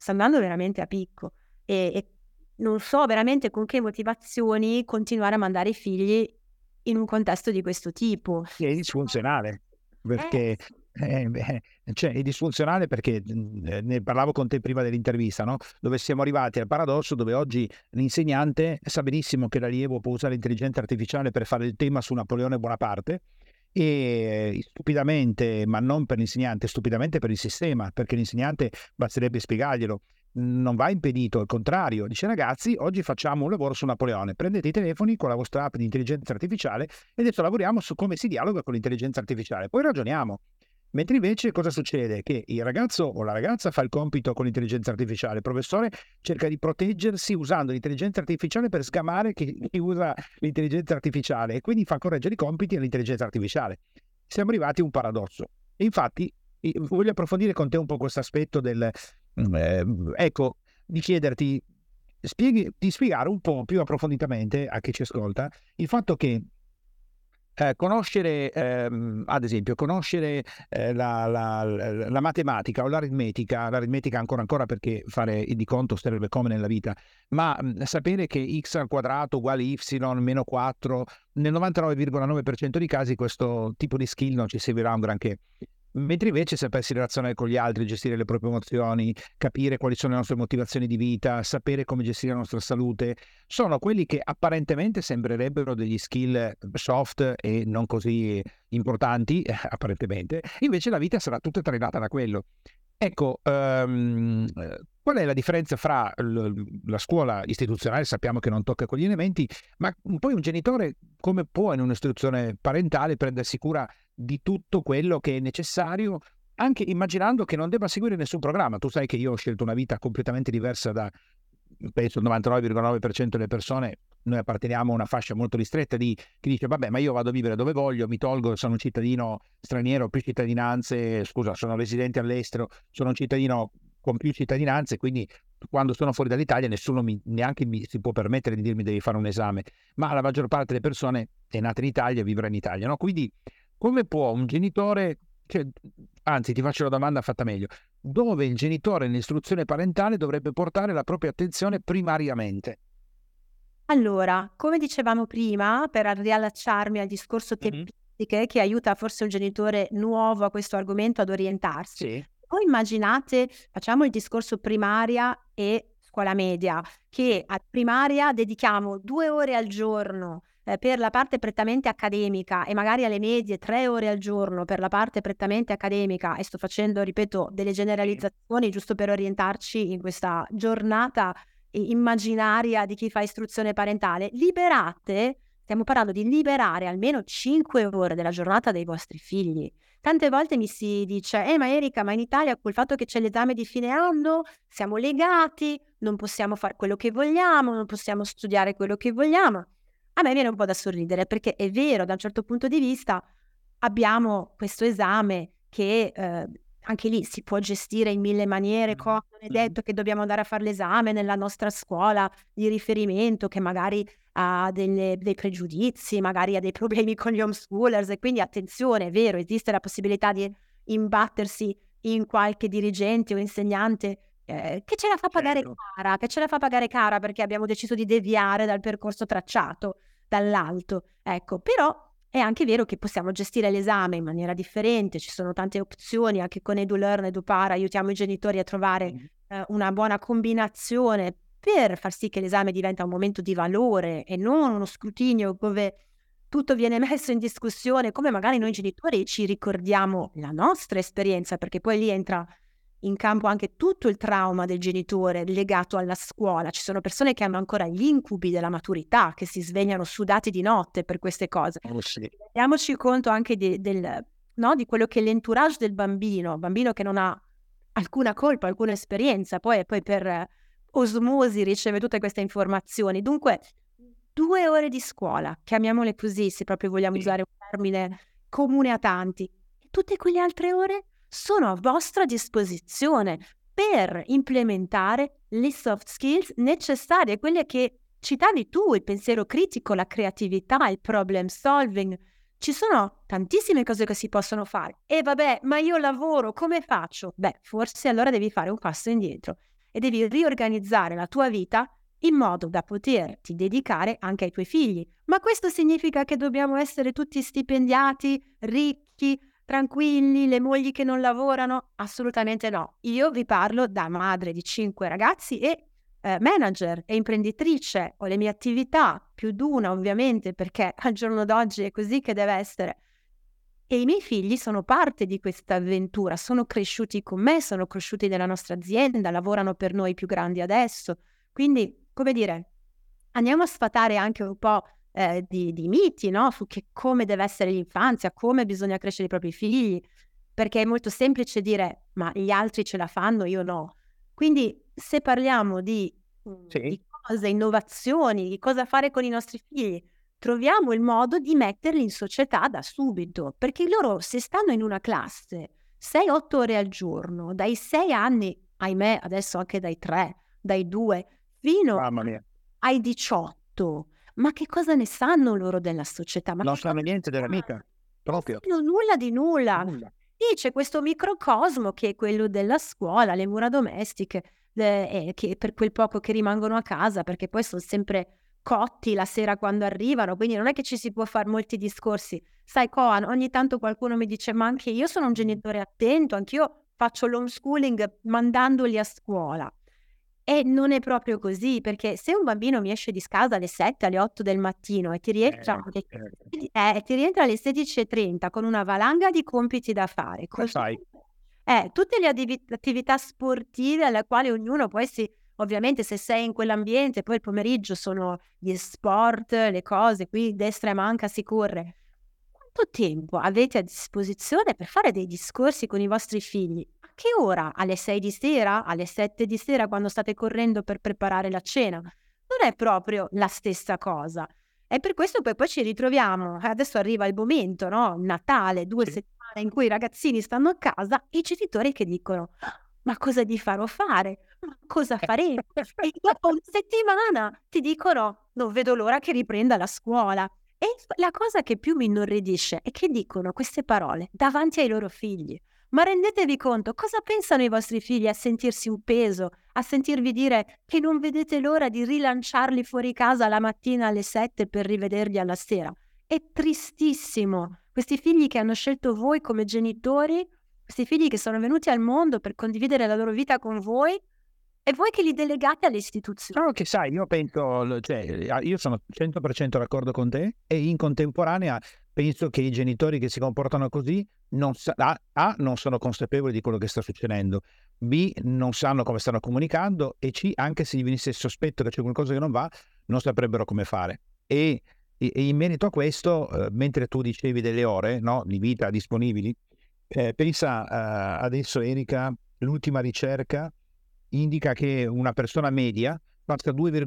e non so veramente con che motivazioni continuare a mandare i figli in un contesto di questo tipo. è disfunzionale, perché è disfunzionale perché, ne parlavo con te prima dell'intervista, no, dove siamo arrivati al paradosso dove oggi l'insegnante sa benissimo che l'allievo può usare l'intelligenza artificiale per fare il tema su Napoleone Bonaparte e stupidamente, ma non per l'insegnante, stupidamente per il sistema, perché l'insegnante basterebbe spiegarglielo. Non va impedito, al contrario, dice: ragazzi, oggi facciamo un lavoro su Napoleone, prendete i telefoni con la vostra app di intelligenza artificiale e adesso lavoriamo su come si dialoga con l'intelligenza artificiale, poi ragioniamo. Mentre invece cosa succede? Che il ragazzo o la ragazza fa il compito con l'intelligenza artificiale, il professore cerca di proteggersi usando l'intelligenza artificiale per sgamare chi usa l'intelligenza artificiale e quindi fa correggere i compiti all'intelligenza artificiale. Siamo arrivati a un paradosso. E infatti voglio approfondire con te un po' questo aspetto ecco, di chiederti di spiegare un po' più approfonditamente a chi ci ascolta il fatto che conoscere, ad esempio, la matematica o l'aritmetica ancora perché fare il di conto sarebbe come nella vita, ma sapere che x al quadrato uguale y meno 4, nel 99,9% dei casi questo tipo di skill non ci servirà un granché. Mentre invece sapersi relazionare con gli altri, gestire le proprie emozioni, capire quali sono le nostre motivazioni di vita, sapere come gestire la nostra salute, sono quelli che apparentemente sembrerebbero degli skill soft e non così importanti, apparentemente, invece la vita sarà tutta trainata da quello. Ecco, qual è la differenza fra la scuola istituzionale, sappiamo che non tocca quegli elementi, ma poi un genitore come può in un'istituzione parentale prendersi cura di tutto quello che è necessario, anche immaginando che non debba seguire nessun programma? Tu sai che io ho scelto una vita completamente diversa da, penso, il 99,9% delle persone. Noi apparteniamo a una fascia molto ristretta di chi dice: vabbè, ma io vado a vivere dove voglio, mi tolgo, sono un cittadino straniero, più cittadinanze, scusa, sono residente all'estero, sono un cittadino con più cittadinanze, quindi quando sono fuori dall'Italia nessuno neanche mi si può permettere di dirmi devi fare un esame, ma la maggior parte delle persone è nata in Italia e vivrà in Italia, no? Quindi come può un genitore, anzi ti faccio la domanda fatta meglio, dove il genitore nell'istruzione parentale dovrebbe portare la propria attenzione primariamente? Allora, come dicevamo prima, per riallacciarmi al discorso Mhm. tempistiche, che aiuta forse un genitore nuovo a questo argomento ad orientarsi. Sì. Voi immaginate, facciamo il discorso primaria e scuola media, che a primaria dedichiamo 2 ore al giorno per la parte prettamente accademica e magari alle medie 3 ore al giorno per la parte prettamente accademica, e sto facendo, ripeto, delle generalizzazioni giusto per orientarci in questa giornata immaginaria di chi fa istruzione parentale. Stiamo parlando di liberare almeno 5 ore della giornata dei vostri figli. Tante volte mi si dice: ma Erika, ma in Italia col fatto che c'è l'esame di fine anno siamo legati, non possiamo fare quello che vogliamo, non possiamo studiare quello che vogliamo. A me viene un po' da sorridere, perché è vero, da un certo punto di vista abbiamo questo esame che anche lì si può gestire in 1000 maniere, non è detto che dobbiamo andare a fare l'esame nella nostra scuola di riferimento, che magari ha dei pregiudizi, magari ha dei problemi con gli homeschoolers, e quindi attenzione, è vero, esiste la possibilità di imbattersi in qualche dirigente o insegnante che ce la fa pagare cara, perché abbiamo deciso di deviare dal percorso tracciato dall'alto. Ecco, però è anche vero che possiamo gestire l'esame in maniera differente, ci sono tante opzioni, anche con EduLearn, EduPara aiutiamo i genitori a trovare una buona combinazione per far sì che l'esame diventa un momento di valore e non uno scrutinio dove tutto viene messo in discussione, come magari noi genitori ci ricordiamo la nostra esperienza, perché poi lì entra in campo anche tutto il trauma del genitore legato alla scuola. Ci sono persone che hanno ancora gli incubi della maturità, che si svegliano sudati di notte per queste cose. Sì. Rendiamoci conto anche di quello che è l'entourage del bambino che non ha alcuna colpa, alcuna esperienza, poi per osmosi riceve tutte queste informazioni. Dunque, 2 ore di scuola, chiamiamole così, se proprio vogliamo usare un termine comune a tanti. Tutte quelle altre ore sono a vostra disposizione per implementare le soft skills necessarie, quelle che citavi tu, il pensiero critico, la creatività, il problem solving. Ci sono tantissime cose che si possono fare. E vabbè, ma io lavoro, come faccio? Beh, forse allora devi fare un passo indietro e devi riorganizzare la tua vita in modo da poterti dedicare anche ai tuoi figli. Ma questo significa che dobbiamo essere tutti stipendiati, ricchi, tranquilli, le mogli che non lavorano? Assolutamente no. Io vi parlo da madre di 5 ragazzi e manager e imprenditrice, ho le mie attività, più d'una ovviamente, perché al giorno d'oggi è così che deve essere. E i miei figli sono parte di questa avventura, sono cresciuti con me, sono cresciuti nella nostra azienda, lavorano per noi più grandi adesso. Quindi, come dire, andiamo a sfatare anche un po' di miti, no? Su come deve essere l'infanzia, come bisogna crescere i propri figli, perché è molto semplice dire ma gli altri ce la fanno, io no. Quindi se parliamo di cose, innovazioni, di cosa fare con i nostri figli, troviamo il modo di metterli in società da subito, perché loro se stanno in una classe 6-8 ore al giorno, dai 6 anni, ahimè adesso anche dai 3, dai 2, fino ai 18, ma che cosa ne sanno loro della società? Ma non sanno niente della vita, proprio. Non sanno nulla di nulla. Lì c'è questo microcosmo che è quello della scuola, le mura domestiche, che per quel poco che rimangono a casa, perché poi sono sempre cotti la sera quando arrivano, quindi non è che ci si può fare molti discorsi. Sai, Coan, ogni tanto qualcuno mi dice ma anche io sono un genitore attento, anch'io faccio l'homeschooling mandandoli a scuola. E non è proprio così, perché se un bambino mi esce di casa alle 7, alle 8 del mattino e ti rientra alle 16:30 con una valanga di compiti da fare, tutte le attività sportive alle quali ognuno poi ovviamente se sei in quell'ambiente, poi il pomeriggio sono gli sport, le cose, qui destra e manca si corre. Quanto tempo avete a disposizione per fare dei discorsi con i vostri figli? A che ora? Alle 6 di sera? Alle 7 di sera quando state correndo per preparare la cena? Non è proprio la stessa cosa. E per questo poi ci ritroviamo, adesso arriva il momento, no? Natale, 2 settimane in cui i ragazzini stanno a casa e i genitori che dicono ma cosa gli farò fare? Ma cosa faremo? E dopo una settimana ti dicono non vedo l'ora che riprenda la scuola. E la cosa che più mi inorridisce è che dicono queste parole davanti ai loro figli. Ma rendetevi conto, cosa pensano i vostri figli a sentirsi un peso, a sentirvi dire che non vedete l'ora di rilanciarli fuori casa la mattina alle 7 per rivederli alla sera? È tristissimo. Questi figli che hanno scelto voi come genitori, questi figli che sono venuti al mondo per condividere la loro vita con voi, e voi che li delegate alle istituzioni. No, che sai, io penso, io sono 100% d'accordo con te e in contemporanea penso che i genitori che si comportano così non sono consapevoli di quello che sta succedendo, B, non sanno come stanno comunicando e C, anche se gli venisse il sospetto che c'è qualcosa che non va, non saprebbero come fare. E in merito a questo, mentre tu dicevi delle ore, no, di vita disponibili, pensa adesso Erika, l'ultima ricerca indica che una persona media passa 2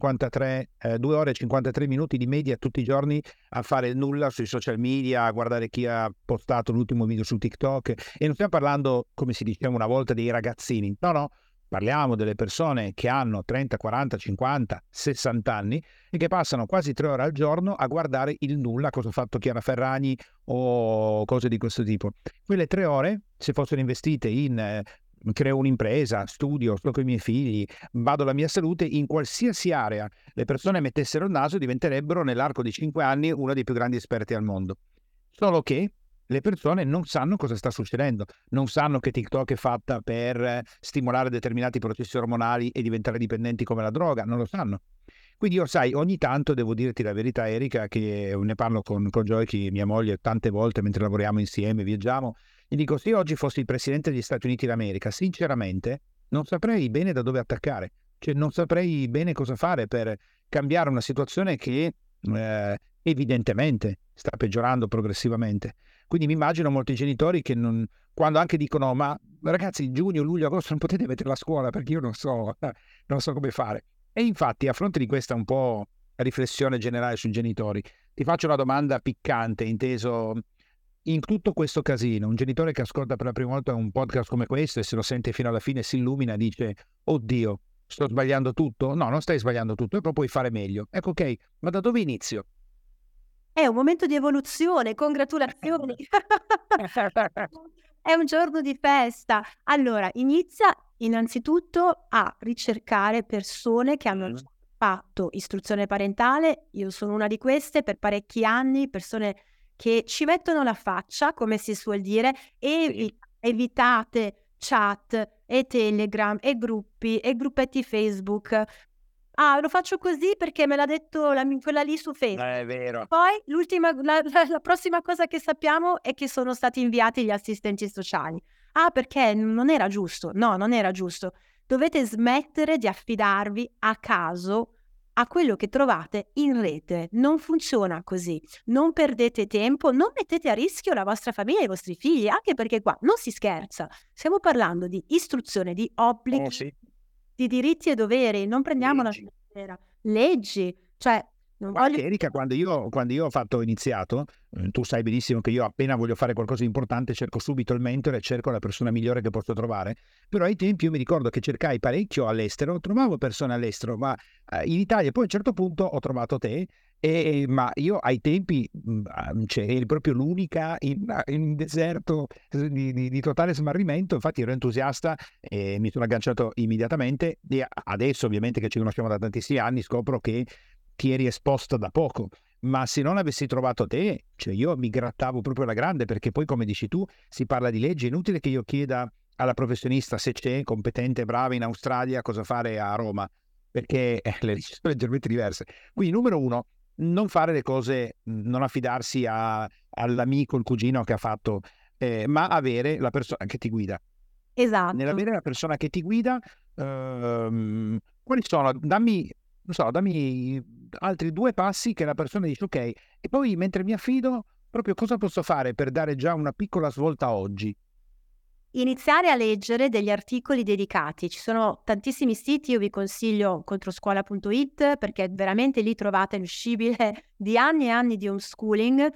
ore e 53 minuti di media tutti i giorni a fare nulla sui social media, a guardare chi ha postato l'ultimo video su TikTok. E non stiamo parlando, come si diceva una volta, dei ragazzini. No, parliamo delle persone che hanno 30, 40, 50, 60 anni e che passano quasi 3 ore al giorno a guardare il nulla, cosa ha fatto Chiara Ferragni o cose di questo tipo. Quelle 3 ore, se fossero investite in creo un'impresa, studio, sto con i miei figli, vado alla mia salute, in qualsiasi area le persone mettessero il naso diventerebbero nell'arco di 5 anni uno dei più grandi esperti al mondo. Solo che le persone non sanno cosa sta succedendo, non sanno che TikTok è fatta per stimolare determinati processi ormonali e diventare dipendenti come la droga, non lo sanno. Quindi io, sai, ogni tanto devo dirti la verità, Erika, che ne parlo con Joy, mia moglie, tante volte mentre lavoriamo insieme, viaggiamo, gli dico, se io oggi fossi il presidente degli Stati Uniti d'America, sinceramente non saprei bene da dove attaccare, cioè non saprei bene cosa fare per cambiare una situazione che evidentemente sta peggiorando progressivamente. Quindi mi immagino molti genitori che quando anche dicono, ma ragazzi, giugno, luglio, agosto non potete mettere la scuola perché io non so come fare. E infatti, a fronte di questa un po' riflessione generale sui genitori, ti faccio una domanda piccante, inteso in tutto questo casino. Un genitore che ascolta per la prima volta un podcast come questo e se lo sente fino alla fine si illumina e dice, oddio, sto sbagliando tutto? No, non stai sbagliando tutto, e poi puoi fare meglio. Ecco, ok, ma da dove inizio? È un momento di evoluzione, congratulazioni. È un giorno di festa. Allora, inizia innanzitutto a ricercare persone che hanno fatto istruzione parentale. Io sono una di queste per parecchi anni, persone che ci mettono la faccia, come si suol dire, e evitate chat e Telegram e gruppi e gruppetti Facebook. Ah, lo faccio così perché me l'ha detto quella lì su Facebook. È vero. Poi la prossima cosa che sappiamo è che sono stati inviati gli assistenti sociali. Ah, perché non era giusto? No, non era giusto. Dovete smettere di affidarvi a caso a quello che trovate in rete. Non funziona così. Non perdete tempo, non mettete a rischio la vostra famiglia e i vostri figli, anche perché qua non si scherza. Stiamo parlando di istruzione, di obblighi, sì. di diritti e doveri. Non prendiamo Leggi. la sfera. Leggi, cioè non voglio... Erika, quando io ho iniziato, tu sai benissimo che io appena voglio fare qualcosa di importante cerco subito il mentore e cerco la persona migliore che posso trovare, però ai tempi io mi ricordo che cercai parecchio all'estero, trovavo persone all'estero, ma in Italia poi a un certo punto ho trovato te, ma io ai tempi eri proprio l'unica in un deserto di totale smarrimento. Infatti ero entusiasta e mi sono agganciato immediatamente, e adesso ovviamente che ci conosciamo da tantissimi anni scopro che ti eri esposta da poco, ma se non avessi trovato te, cioè io mi grattavo proprio alla grande, perché poi, come dici tu, si parla di leggi. È inutile che io chieda alla professionista se c'è, competente, brava in Australia, cosa fare a Roma, perché le leggi sono leggermente diverse. Quindi, numero uno, non fare le cose, non affidarsi all'amico, il cugino che ha fatto, ma avere la persona che ti guida. Esatto. Nell'avere la persona che ti guida, quali sono? Dammi altri 2 passi che la persona dice, ok, e poi mentre mi affido, proprio cosa posso fare per dare già una piccola svolta oggi? Iniziare a leggere degli articoli dedicati. Ci sono tantissimi siti, io vi consiglio controscuola.it perché veramente lì trovate il scibile di anni e anni di homeschooling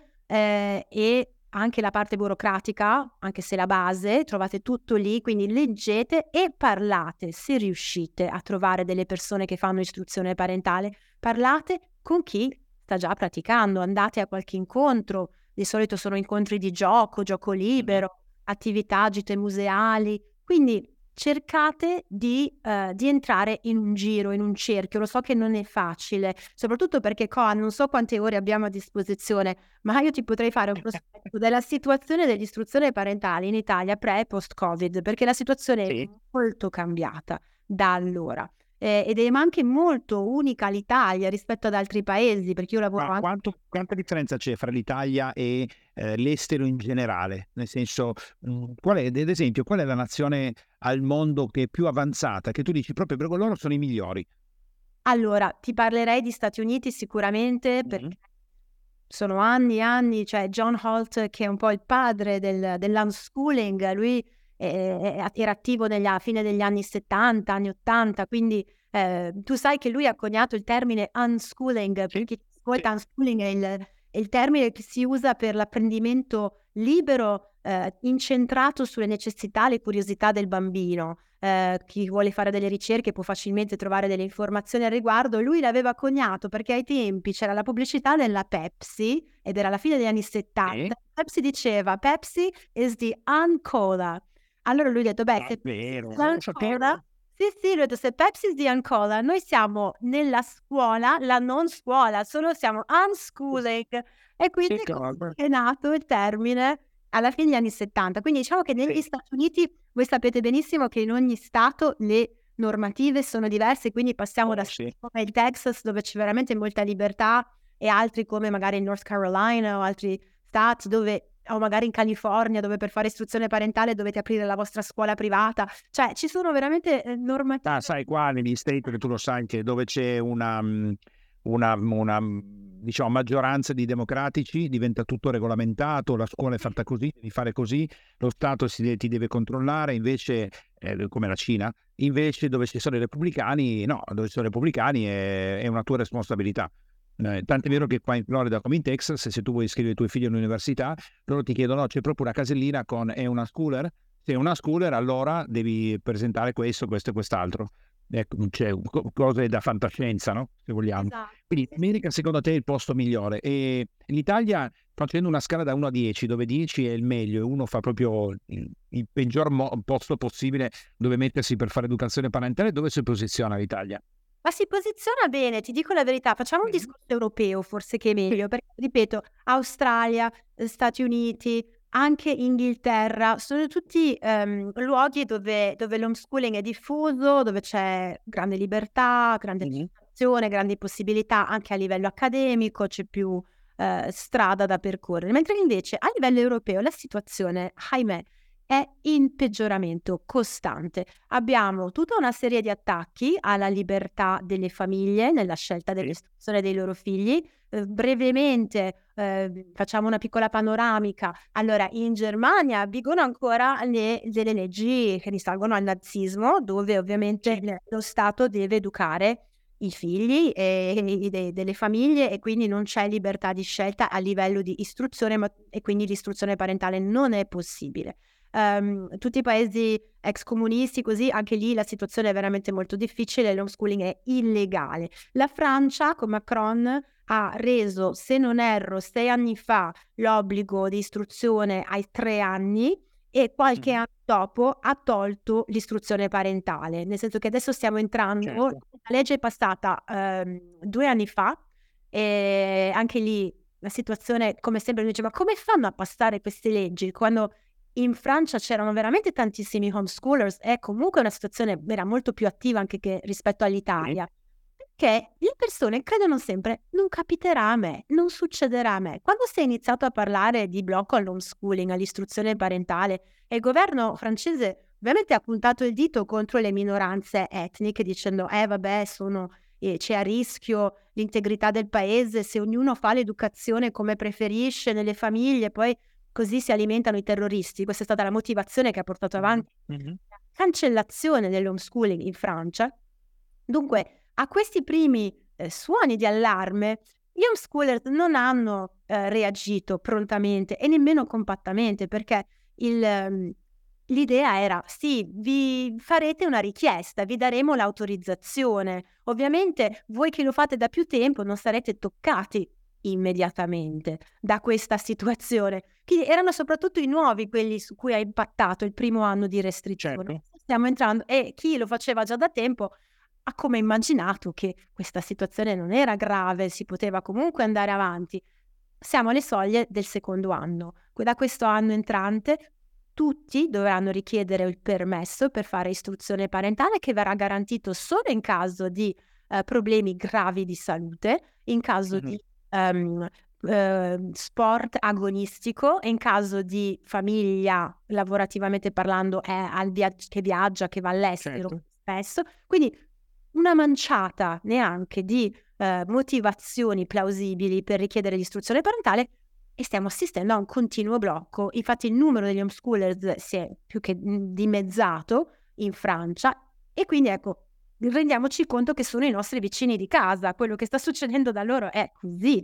e anche la parte burocratica, anche se la base, trovate tutto lì, quindi leggete e parlate, se riuscite a trovare delle persone che fanno istruzione parentale, parlate con chi sta già praticando, andate a qualche incontro, di solito sono incontri di gioco libero, attività, gite museali, quindi cercate di entrare in un giro, in un cerchio. Lo so che non è facile, soprattutto perché qua non so quante ore abbiamo a disposizione, ma io ti potrei fare un prospetto della situazione dell'istruzione parentale in Italia pre e post Covid, perché la situazione è molto cambiata da allora. Ed è anche molto unica l'Italia rispetto ad altri paesi, perché io lavoro anche... Quanta differenza c'è fra l'Italia e l'estero in generale? Nel senso, qual è, ad esempio, qual è la nazione al mondo che è più avanzata, che tu dici proprio perché loro sono i migliori? Allora, ti parlerei di Stati Uniti sicuramente, perché sono anni e anni, cioè John Holt, che è un po' il padre dell'unschooling, lui era attivo nella fine degli anni 70, anni 80, quindi tu sai che lui ha coniato il termine unschooling, perché unschooling è il termine che si usa per l'apprendimento libero, incentrato sulle necessità e le curiosità del bambino. Chi vuole fare delle ricerche può facilmente trovare delle informazioni al riguardo. Lui l'aveva coniato perché ai tempi c'era la pubblicità della Pepsi ed era la fine degli anni 70. Pepsi diceva Pepsi is the uncola. Allora lui ha detto se sì, lui ha detto se Pepsi is the uncola, noi siamo nella scuola, la non scuola, solo siamo unschooling, e quindi è nato il termine alla fine degli anni 70. Quindi diciamo che negli Stati Uniti voi sapete benissimo che in ogni stato le normative sono diverse, quindi passiamo da Sì. come il Texas, dove c'è veramente molta libertà, e altri come magari il North Carolina o altri stati dove, o magari in California, dove per fare istruzione parentale dovete aprire la vostra scuola privata. Cioè ci sono veramente normative. Sai qua negli States, perché tu lo sai che dove c'è una diciamo maggioranza di democratici, diventa tutto regolamentato, la scuola è fatta così, devi fare così, lo Stato ti deve controllare, invece come la Cina, invece dove ci sono i repubblicani, no, dove ci sono i repubblicani è una tua responsabilità. Tant'è vero che qua in Florida, come in Texas, se tu vuoi iscrivere i tuoi figli all'università, loro ti chiedono, c'è proprio una casellina con è una schooler? Se è una schooler, allora devi presentare questo, questo e quest'altro. Ecco, c'è cose da fantascienza, no? Se vogliamo. Esatto. Quindi Sì, sì. l'America secondo te è il posto migliore, e l'Italia, facendo una scala da 1 a 10, dove 10 è il meglio e uno fa proprio il peggior posto possibile dove mettersi per fare educazione parentale, dove si posiziona l'Italia? Ma si posiziona bene, ti dico la verità. Facciamo un discorso europeo forse che è meglio, perché ripeto, Australia, Stati Uniti, anche Inghilterra, sono tutti luoghi dove l'homeschooling è diffuso, dove c'è grande libertà, grande accettazione, grandi possibilità anche a livello accademico, c'è più strada da percorrere. Mentre invece a livello europeo la situazione, ahimè, è in peggioramento costante. Abbiamo tutta una serie di attacchi alla libertà delle famiglie nella scelta dell'istruzione dei loro figli. Brevemente facciamo una piccola panoramica. Allora, in Germania vigono ancora delle leggi che risalgono al nazismo, dove ovviamente lo Stato deve educare i figli delle famiglie, e quindi non c'è libertà di scelta a livello di istruzione, e quindi l'istruzione parentale non è possibile. Tutti i paesi ex comunisti, così anche lì la situazione è veramente molto difficile, l'homeschooling è illegale. La Francia con Macron ha reso, se non erro, 6 anni fa l'obbligo di istruzione ai 3 anni, e qualche anno dopo ha tolto l'istruzione parentale, nel senso che adesso stiamo entrando, la legge è passata 2 anni fa, e anche lì la situazione, come sempre, mi dice: ma come fanno a passare queste leggi quando in Francia c'erano veramente tantissimi homeschoolers, e comunque una situazione era molto più attiva anche che rispetto all'Italia. Perché le persone credono sempre: non capiterà a me, non succederà a me. Quando si è iniziato a parlare di blocco all'homeschooling, all'istruzione parentale, e il governo francese ovviamente ha puntato il dito contro le minoranze etniche dicendo vabbè, c'è a rischio l'integrità del paese se ognuno fa l'educazione come preferisce nelle famiglie, poi così si alimentano i terroristi. Questa è stata la motivazione che ha portato avanti la cancellazione dell'homeschooling in Francia. Dunque, a questi primi suoni di allarme, gli homeschoolers non hanno reagito prontamente e nemmeno compattamente, perché l'idea era: sì, vi farete una richiesta, vi daremo l'autorizzazione. Ovviamente voi che lo fate da più tempo non sarete toccati immediatamente da questa situazione. Quindi erano soprattutto i nuovi quelli su cui ha impattato il primo anno di restrizione. Stiamo entrando, e chi lo faceva già da tempo ha come immaginato che questa situazione non era grave, si poteva comunque andare avanti. Siamo alle soglie del secondo anno. Da questo anno entrante tutti dovranno richiedere il permesso per fare istruzione parentale, che verrà garantito solo in caso di problemi gravi di salute, in caso di sport agonistico, e in caso di famiglia, lavorativamente parlando, che viaggia, che va all'estero spesso. Quindi una manciata neanche di motivazioni plausibili per richiedere l'istruzione parentale, e stiamo assistendo a un continuo blocco. Infatti il numero degli homeschoolers si è più che dimezzato in Francia, e quindi ecco, rendiamoci conto che sono i nostri vicini di casa, quello che sta succedendo da loro è così.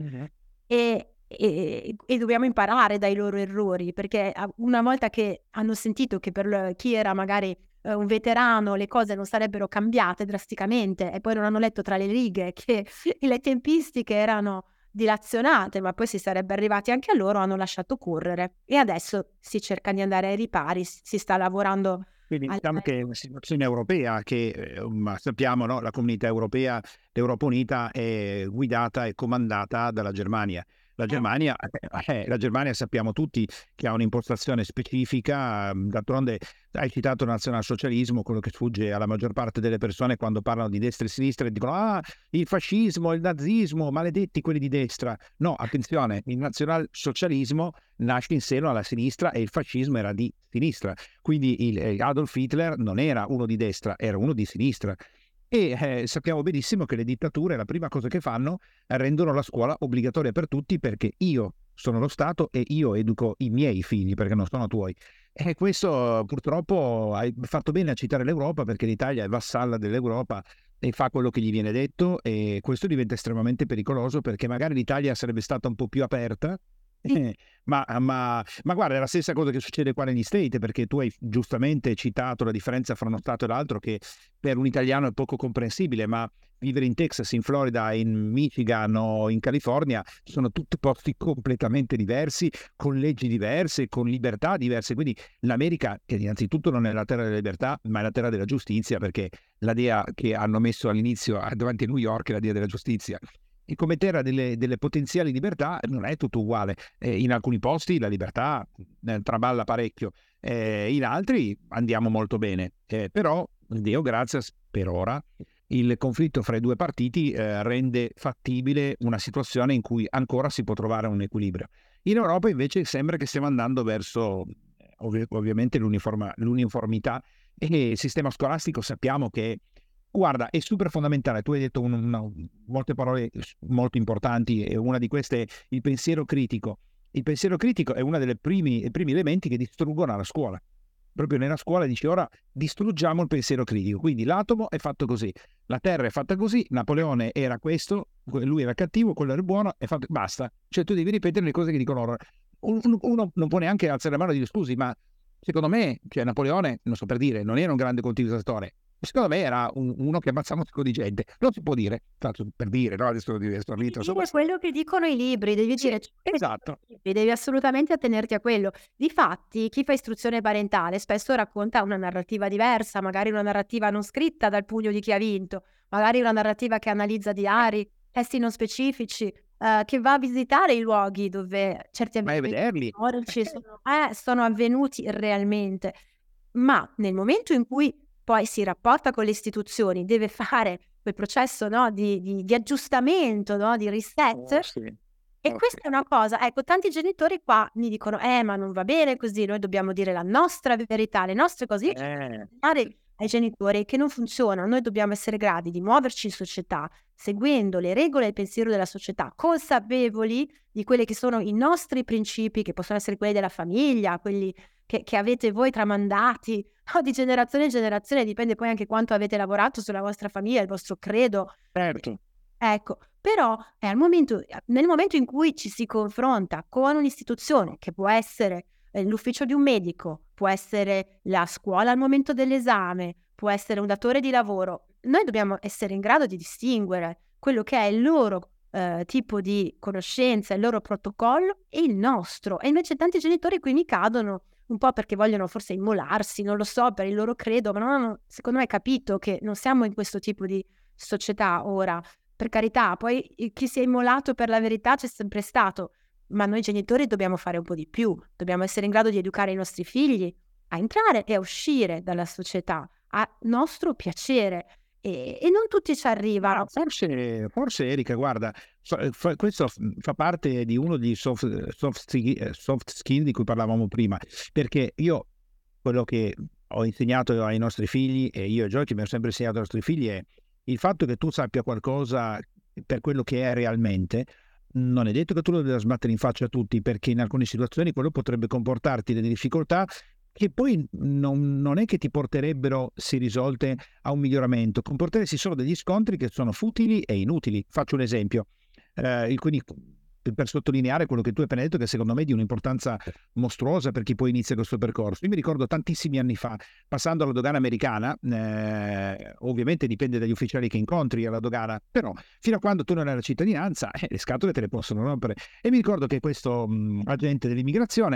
E dobbiamo imparare dai loro errori, perché una volta che hanno sentito che per chi era magari un veterano le cose non sarebbero cambiate drasticamente, e poi non hanno letto tra le righe che le tempistiche erano dilazionate, ma poi si sarebbe arrivati anche a loro, hanno lasciato correre, e adesso si cerca di andare ai ripari, si sta lavorando. Quindi diciamo che è una situazione europea che, ma sappiamo, no, la comunità europea, l'Europa Unita è guidata e comandata dalla Germania. La Germania sappiamo tutti che ha un'impostazione specifica, d'altronde hai citato il nazionalsocialismo, quello che sfugge alla maggior parte delle persone quando parlano di destra e sinistra e dicono il fascismo, il nazismo, maledetti quelli di destra. No, attenzione, il nazionalsocialismo nasce in seno alla sinistra e il fascismo era di sinistra, quindi Adolf Hitler non era uno di destra, era uno di sinistra. E sappiamo benissimo che le dittature la prima cosa che fanno è rendono la scuola obbligatoria per tutti, perché io sono lo Stato e io educo i miei figli perché non sono tuoi. E questo purtroppo hai fatto bene a citare l'Europa, perché l'Italia è vassalla dell'Europa e fa quello che gli viene detto, e questo diventa estremamente pericoloso, perché magari l'Italia sarebbe stata un po' più aperta. Ma guarda, è la stessa cosa che succede qua negli States, perché tu hai giustamente citato la differenza fra uno Stato e l'altro, che per un italiano è poco comprensibile, ma vivere in Texas, in Florida, in Michigan o in California sono tutti posti completamente diversi, con leggi diverse, con libertà diverse. Quindi l'America, che innanzitutto non è la terra della libertà, ma è la terra della giustizia, perché la dea che hanno messo all'inizio davanti a New York è la dea della giustizia. E come terra delle potenziali libertà non è tutto uguale. In alcuni posti la libertà traballa parecchio, in altri andiamo molto bene. Però, Dio grazias, per ora, il conflitto fra i due partiti rende fattibile una situazione in cui ancora si può trovare un equilibrio. In Europa invece sembra che stiamo andando verso ovviamente l'uniformità, e il sistema scolastico sappiamo che, guarda, è super fondamentale. Tu hai detto molte parole molto importanti, e una di queste è il pensiero critico. Il pensiero critico è uno dei primi elementi che distruggono la scuola. Proprio nella scuola dici: ora distruggiamo il pensiero critico. Quindi l'atomo è fatto così, la Terra è fatta così, Napoleone era questo, lui era cattivo, quello era buono, è fatto, basta. Cioè tu devi ripetere le cose che dicono loro. Uno non può neanche alzare la mano e dire: scusi, ma secondo me, cioè Napoleone, non so, per dire, non era un grande coltivatore. Secondo me era uno che ammazzava un sacco di gente. Non si può dire, tanto per dire, no? Adesso sto lì. Devi dire quello che dicono i libri, devi dire esatto. Devi assolutamente attenerti a quello. Difatti, chi fa istruzione parentale spesso racconta una narrativa diversa, magari una narrativa non scritta dal pugno di chi ha vinto, magari una narrativa che analizza diari, testi non specifici, che va a visitare i luoghi dove certi avvenimenti storici sono avvenuti realmente. Ma nel momento in cui poi si rapporta con le istituzioni, deve fare quel processo, no, di aggiustamento, no, di reset. E questa è una cosa, ecco, tanti genitori qua mi dicono: ma non va bene così, noi dobbiamo dire la nostra verità, le nostre cose. Io insegnare ai genitori che non funziona, noi dobbiamo essere gradi di muoverci in società, seguendo le regole e il pensiero della società, consapevoli di quelli che sono i nostri principi, che possono essere quelli della famiglia, quelli che avete voi tramandati, no, di generazione in generazione, dipende poi anche quanto avete lavorato sulla vostra famiglia, il vostro credo. Certo. Ecco, però è nel momento in cui ci si confronta con un'istituzione, che può essere l'ufficio di un medico, può essere la scuola al momento dell'esame, può essere un datore di lavoro, noi dobbiamo essere in grado di distinguere quello che è il loro tipo di conoscenza, il loro protocollo e il nostro. E invece tanti genitori qui mi cadono un po' perché vogliono forse immolarsi, non lo so, per il loro credo, ma non hanno, secondo me, capito che non siamo in questo tipo di società ora. Per carità, poi chi si è immolato per la verità c'è sempre stato, ma noi genitori dobbiamo fare un po' di più, dobbiamo essere in grado di educare i nostri figli a entrare e a uscire dalla società a nostro piacere, e non tutti ci arrivano. Forse Erika, guarda, questo fa parte di uno dei soft skill di cui parlavamo prima, perché io quello che ho insegnato ai nostri figli, e io e Giochi abbiamo sempre insegnato ai nostri figli, è il fatto che tu sappia qualcosa per quello che è realmente. Non è detto che tu lo debba sbattere in faccia a tutti, perché in alcune situazioni quello potrebbe comportarti delle difficoltà che poi non è che ti porterebbero, se risolte, a un miglioramento. Comportersi solo degli scontri che sono futili e inutili. Faccio un esempio. Quindi, per sottolineare quello che tu hai appena detto, che secondo me è di un'importanza mostruosa per chi poi inizia questo percorso. Io mi ricordo tantissimi anni fa, passando alla dogana americana, ovviamente dipende dagli ufficiali che incontri alla dogana, però fino a quando tu non hai la cittadinanza, le scatole te le possono rompere. E mi ricordo che questo agente dell'immigrazione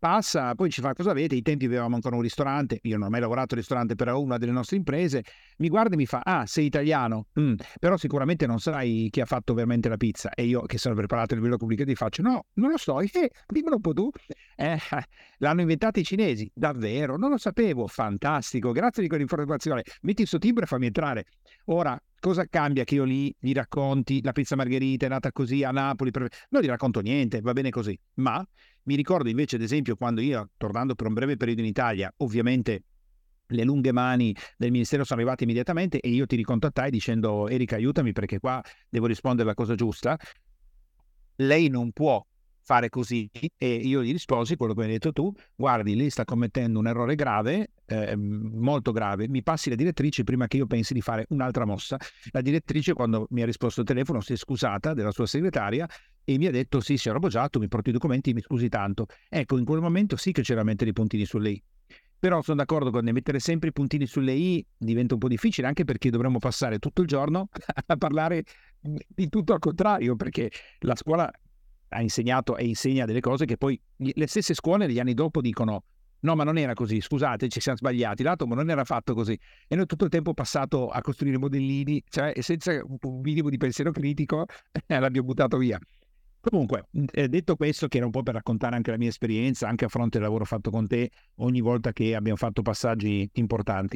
passa, poi ci fa: cosa avete? Ai tempi avevamo ancora un ristorante, io non ho mai lavorato al ristorante, però una delle nostre imprese, mi guarda e mi fa: ah, sei italiano? Però sicuramente non sai chi ha fatto veramente la pizza. E io, che sono preparato a livello pubblico, ti faccio: no, non lo so. Dimmelo un po' tu. L'hanno inventata i cinesi. Davvero? Non lo sapevo. Fantastico, grazie di quell'informazione. Metti il suo timbro e fammi entrare. Ora, cosa cambia che io lì gli racconti la pizza margherita è nata così a Napoli? Non gli racconto niente, va bene così. Ma mi ricordo invece, ad esempio, quando io, tornando per un breve periodo in Italia, ovviamente le lunghe mani del ministero sono arrivate immediatamente e io ti ricontattai dicendo: Erika, aiutami perché qua devo rispondere la cosa giusta. Lei non può fare così, e io gli risposi quello che hai detto tu: guardi, lei sta commettendo un errore grave, molto grave, mi passi la direttrice prima che io pensi di fare un'altra mossa. La direttrice, quando mi ha risposto al telefono, si è scusata della sua segretaria e mi ha detto: sì, signor Appoggiato, mi porti i documenti, mi scusi tanto. Ecco, in quel momento sì che c'era da mettere i puntini sulle i. Però sono d'accordo con te, mettere sempre i puntini sulle i diventa un po' difficile, anche perché dovremmo passare tutto il giorno a parlare di tutto al contrario, perché la scuola ha insegnato e insegna delle cose che poi le stesse scuole negli anni dopo dicono: no, ma non era così, scusate, ci siamo sbagliati, l'atomo non era fatto così. E noi tutto il tempo passato a costruire modellini, cioè senza un minimo di pensiero critico, l'abbiamo buttato via. Comunque, detto questo, che era un po' per raccontare anche la mia esperienza, anche a fronte del lavoro fatto con te, ogni volta che abbiamo fatto passaggi importanti.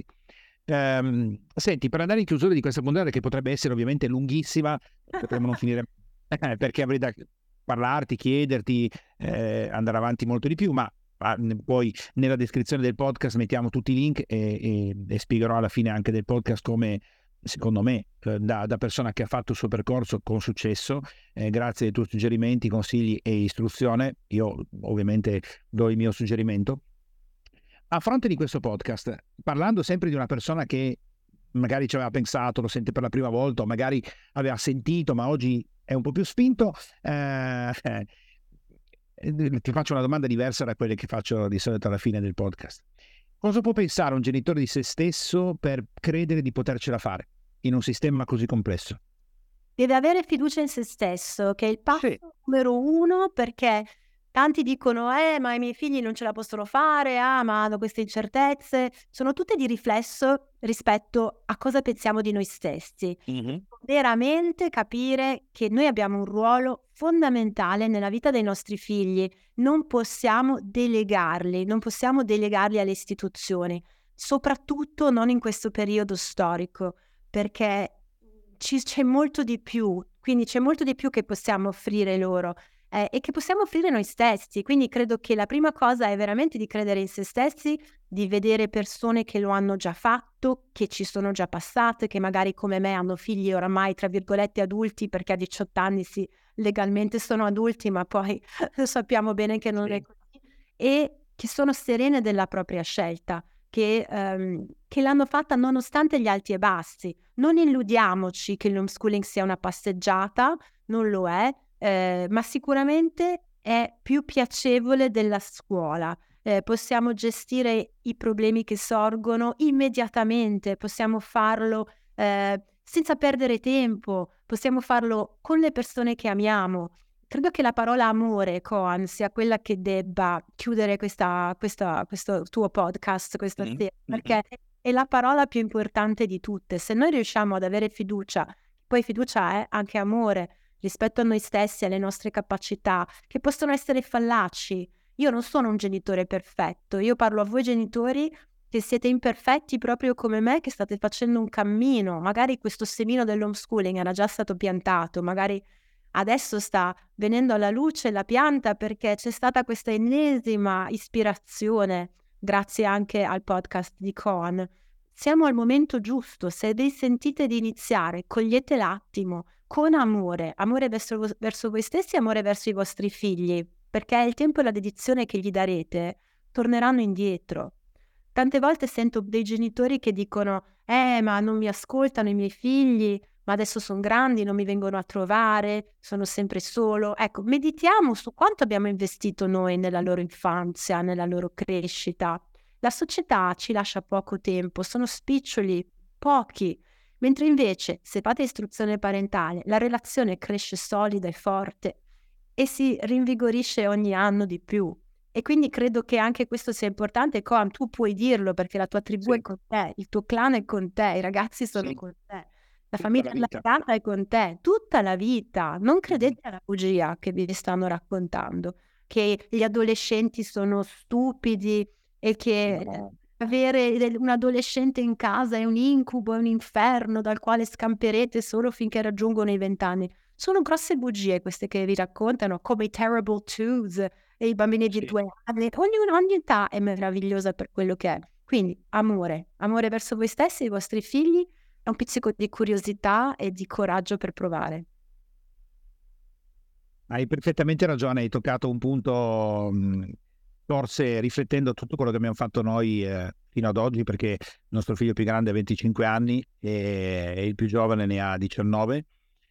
Senti, per andare in chiusura di questa puntata, che potrebbe essere ovviamente lunghissima, potremmo non finire, perché avrei da parlarti, chiederti, andare avanti molto di più, ma poi nella descrizione del podcast mettiamo tutti i link e spiegherò alla fine anche del podcast come, secondo me, da persona che ha fatto il suo percorso con successo, grazie ai tuoi suggerimenti, consigli e istruzione, io ovviamente do il mio suggerimento. A fronte di questo podcast, parlando sempre di una persona che magari ci aveva pensato, lo sente per la prima volta, o magari aveva sentito ma oggi è un po' più spinto, ti faccio una domanda diversa da quelle che faccio di solito alla fine del podcast. Cosa può pensare un genitore di se stesso per credere di potercela fare in un sistema così complesso? Deve avere fiducia in se stesso, che è il passo numero 1, perché tanti dicono: ma i miei figli non ce la possono fare, ma hanno queste incertezze. Sono tutte di riflesso rispetto a cosa pensiamo di noi stessi. Veramente capire che noi abbiamo un ruolo fondamentale nella vita dei nostri figli, non possiamo delegarli alle istituzioni, soprattutto non in questo periodo storico, perché c'è molto di più, quindi c'è molto di più che possiamo offrire loro e che possiamo offrire noi stessi. Quindi credo che la prima cosa è veramente di credere in se stessi, di vedere persone che lo hanno già fatto, che ci sono già passate, che magari come me hanno figli oramai tra virgolette adulti, perché a 18 anni sì, legalmente sono adulti, ma poi sappiamo bene che non è così, e che sono serene della propria scelta, che l'hanno fatta nonostante gli alti e bassi. Non illudiamoci che l'homeschooling sia una passeggiata, non lo è, ma sicuramente è più piacevole della scuola. Possiamo gestire i problemi che sorgono immediatamente, possiamo farlo senza perdere tempo, possiamo farlo con le persone che amiamo. Credo che la parola amore, Koan, sia quella che debba chiudere questo tuo podcast questa sera, perché è la parola più importante di tutte. Se noi riusciamo ad avere fiducia, poi fiducia è anche amore rispetto a noi stessi, alle nostre capacità, che possono essere fallaci. Io non sono un genitore perfetto, io parlo a voi genitori che siete imperfetti proprio come me, che state facendo un cammino. Magari questo semino dell'homeschooling era già stato piantato, magari adesso sta venendo alla luce la pianta perché c'è stata questa ennesima ispirazione, grazie anche al podcast di Koan. Siamo al momento giusto, se vi sentite di iniziare, cogliete l'attimo, con amore verso voi stessi, amore verso i vostri figli, perché il tempo e la dedizione che gli darete torneranno indietro. Tante volte sento dei genitori che dicono: ma non mi ascoltano i miei figli, ma adesso sono grandi, non mi vengono a trovare, sono sempre solo. Ecco, meditiamo su quanto abbiamo investito noi nella loro infanzia, nella loro crescita. La società ci lascia poco tempo, sono spiccioli, pochi, mentre invece se fate istruzione parentale la relazione cresce solida e forte e si rinvigorisce ogni anno di più. E quindi credo che anche questo sia importante. Coam, tu puoi dirlo perché la tua tribù è Sì, con te, il tuo clan è con te, i ragazzi sono sì, con te, la tutta famiglia la vita. allargata è con te, tutta la vita. Non Mhm. credete alla bugia che vi stanno raccontando, che gli adolescenti sono stupidi e che No. avere un adolescente in casa è un incubo, è un inferno dal quale scamperete solo finché raggiungono i 20 anni. Sono grosse bugie queste che vi raccontano, come i Terrible Twos e i bambini di Sì. 2 anni. Ogni età è meravigliosa per quello che è. Quindi amore verso voi stessi e i vostri figli, e un pizzico di curiosità e di coraggio per provare. Hai perfettamente ragione, hai toccato un punto, forse riflettendo tutto quello che abbiamo fatto noi fino ad oggi, perché il nostro figlio più grande ha 25 anni e il più giovane ne ha 19.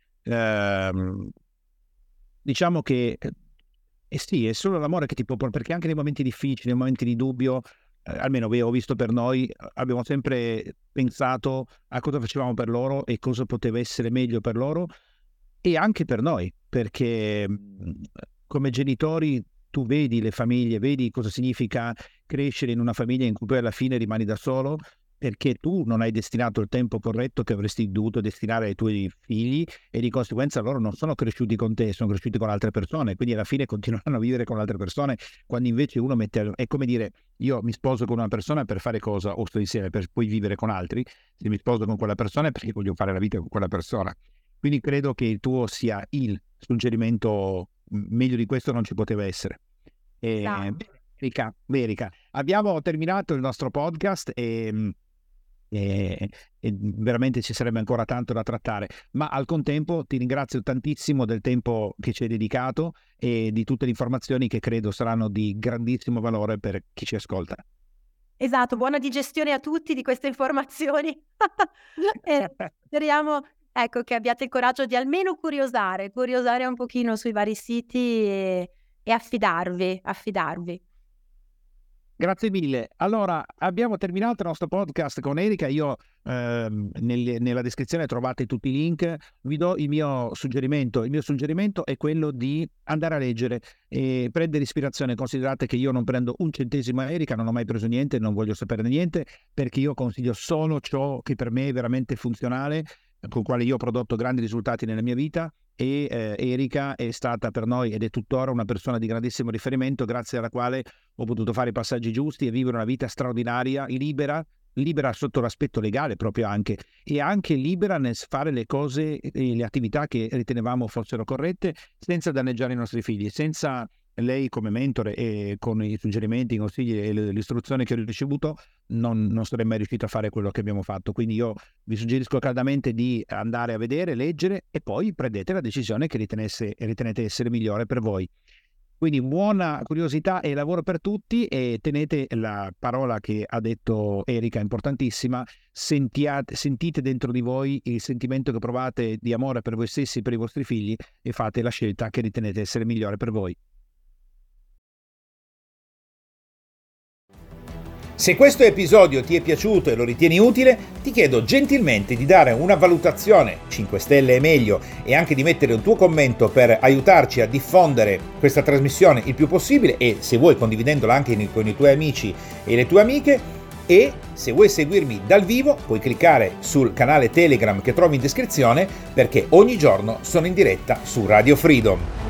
Diciamo che sì, è solo l'amore che ti può portare, perché anche nei momenti difficili, nei momenti di dubbio, almeno ho visto per noi, abbiamo sempre pensato a cosa facevamo per loro e cosa poteva essere meglio per loro e anche per noi, perché come genitori tu vedi le famiglie, vedi cosa significa crescere in una famiglia in cui poi alla fine rimani da solo, perché tu non hai destinato il tempo corretto che avresti dovuto destinare ai tuoi figli e di conseguenza loro non sono cresciuti con te, sono cresciuti con altre persone, quindi alla fine continueranno a vivere con altre persone, quando invece uno mette, è come dire, io mi sposo con una persona per fare cosa, o sto insieme per poi vivere con altri, se mi sposo con quella persona è perché voglio fare la vita con quella persona. Quindi credo che il tuo sia il suggerimento, meglio di questo non ci poteva essere. Esatto. Erika, abbiamo terminato il nostro podcast e veramente ci sarebbe ancora tanto da trattare, ma al contempo ti ringrazio tantissimo del tempo che ci hai dedicato e di tutte le informazioni che credo saranno di grandissimo valore per chi ci ascolta. Esatto, buona digestione a tutti di queste informazioni. E speriamo, ecco, che abbiate il coraggio di almeno curiosare un pochino sui vari siti e affidarvi. Grazie mille. Allora, abbiamo terminato il nostro podcast con Erika. Io nella descrizione trovate tutti i link. Vi do il mio suggerimento. Il mio suggerimento è quello di andare a leggere e prendere ispirazione. Considerate che io non prendo un centesimo a Erika, non ho mai preso niente, non voglio saperne niente, perché io consiglio solo ciò che per me è veramente funzionale, con quale io ho prodotto grandi risultati nella mia vita. E Erika è stata per noi ed è tuttora una persona di grandissimo riferimento, grazie alla quale ho potuto fare i passaggi giusti e vivere una vita straordinaria, libera sotto l'aspetto legale proprio anche, e anche libera nel fare le cose e le attività che ritenevamo fossero corrette, senza danneggiare i nostri figli, senza lei come mentore e con i suggerimenti, i consigli e le istruzioni che ho ricevuto non sarei mai riuscito a fare quello che abbiamo fatto. Quindi io vi suggerisco caldamente di andare a vedere, leggere e poi prendete la decisione che ritenete essere migliore per voi. Quindi buona curiosità e lavoro per tutti, e tenete la parola che ha detto Erika, importantissima: sentite dentro di voi il sentimento che provate di amore per voi stessi e per i vostri figli e fate la scelta che ritenete essere migliore per voi. Se questo episodio ti è piaciuto e lo ritieni utile, ti chiedo gentilmente di dare una valutazione, 5 stelle e meglio, e anche di mettere un tuo commento per aiutarci a diffondere questa trasmissione il più possibile, e se vuoi condividendola anche con i tuoi amici e le tue amiche. E se vuoi seguirmi dal vivo puoi cliccare sul canale Telegram che trovi in descrizione, perché ogni giorno sono in diretta su Radio Freedom.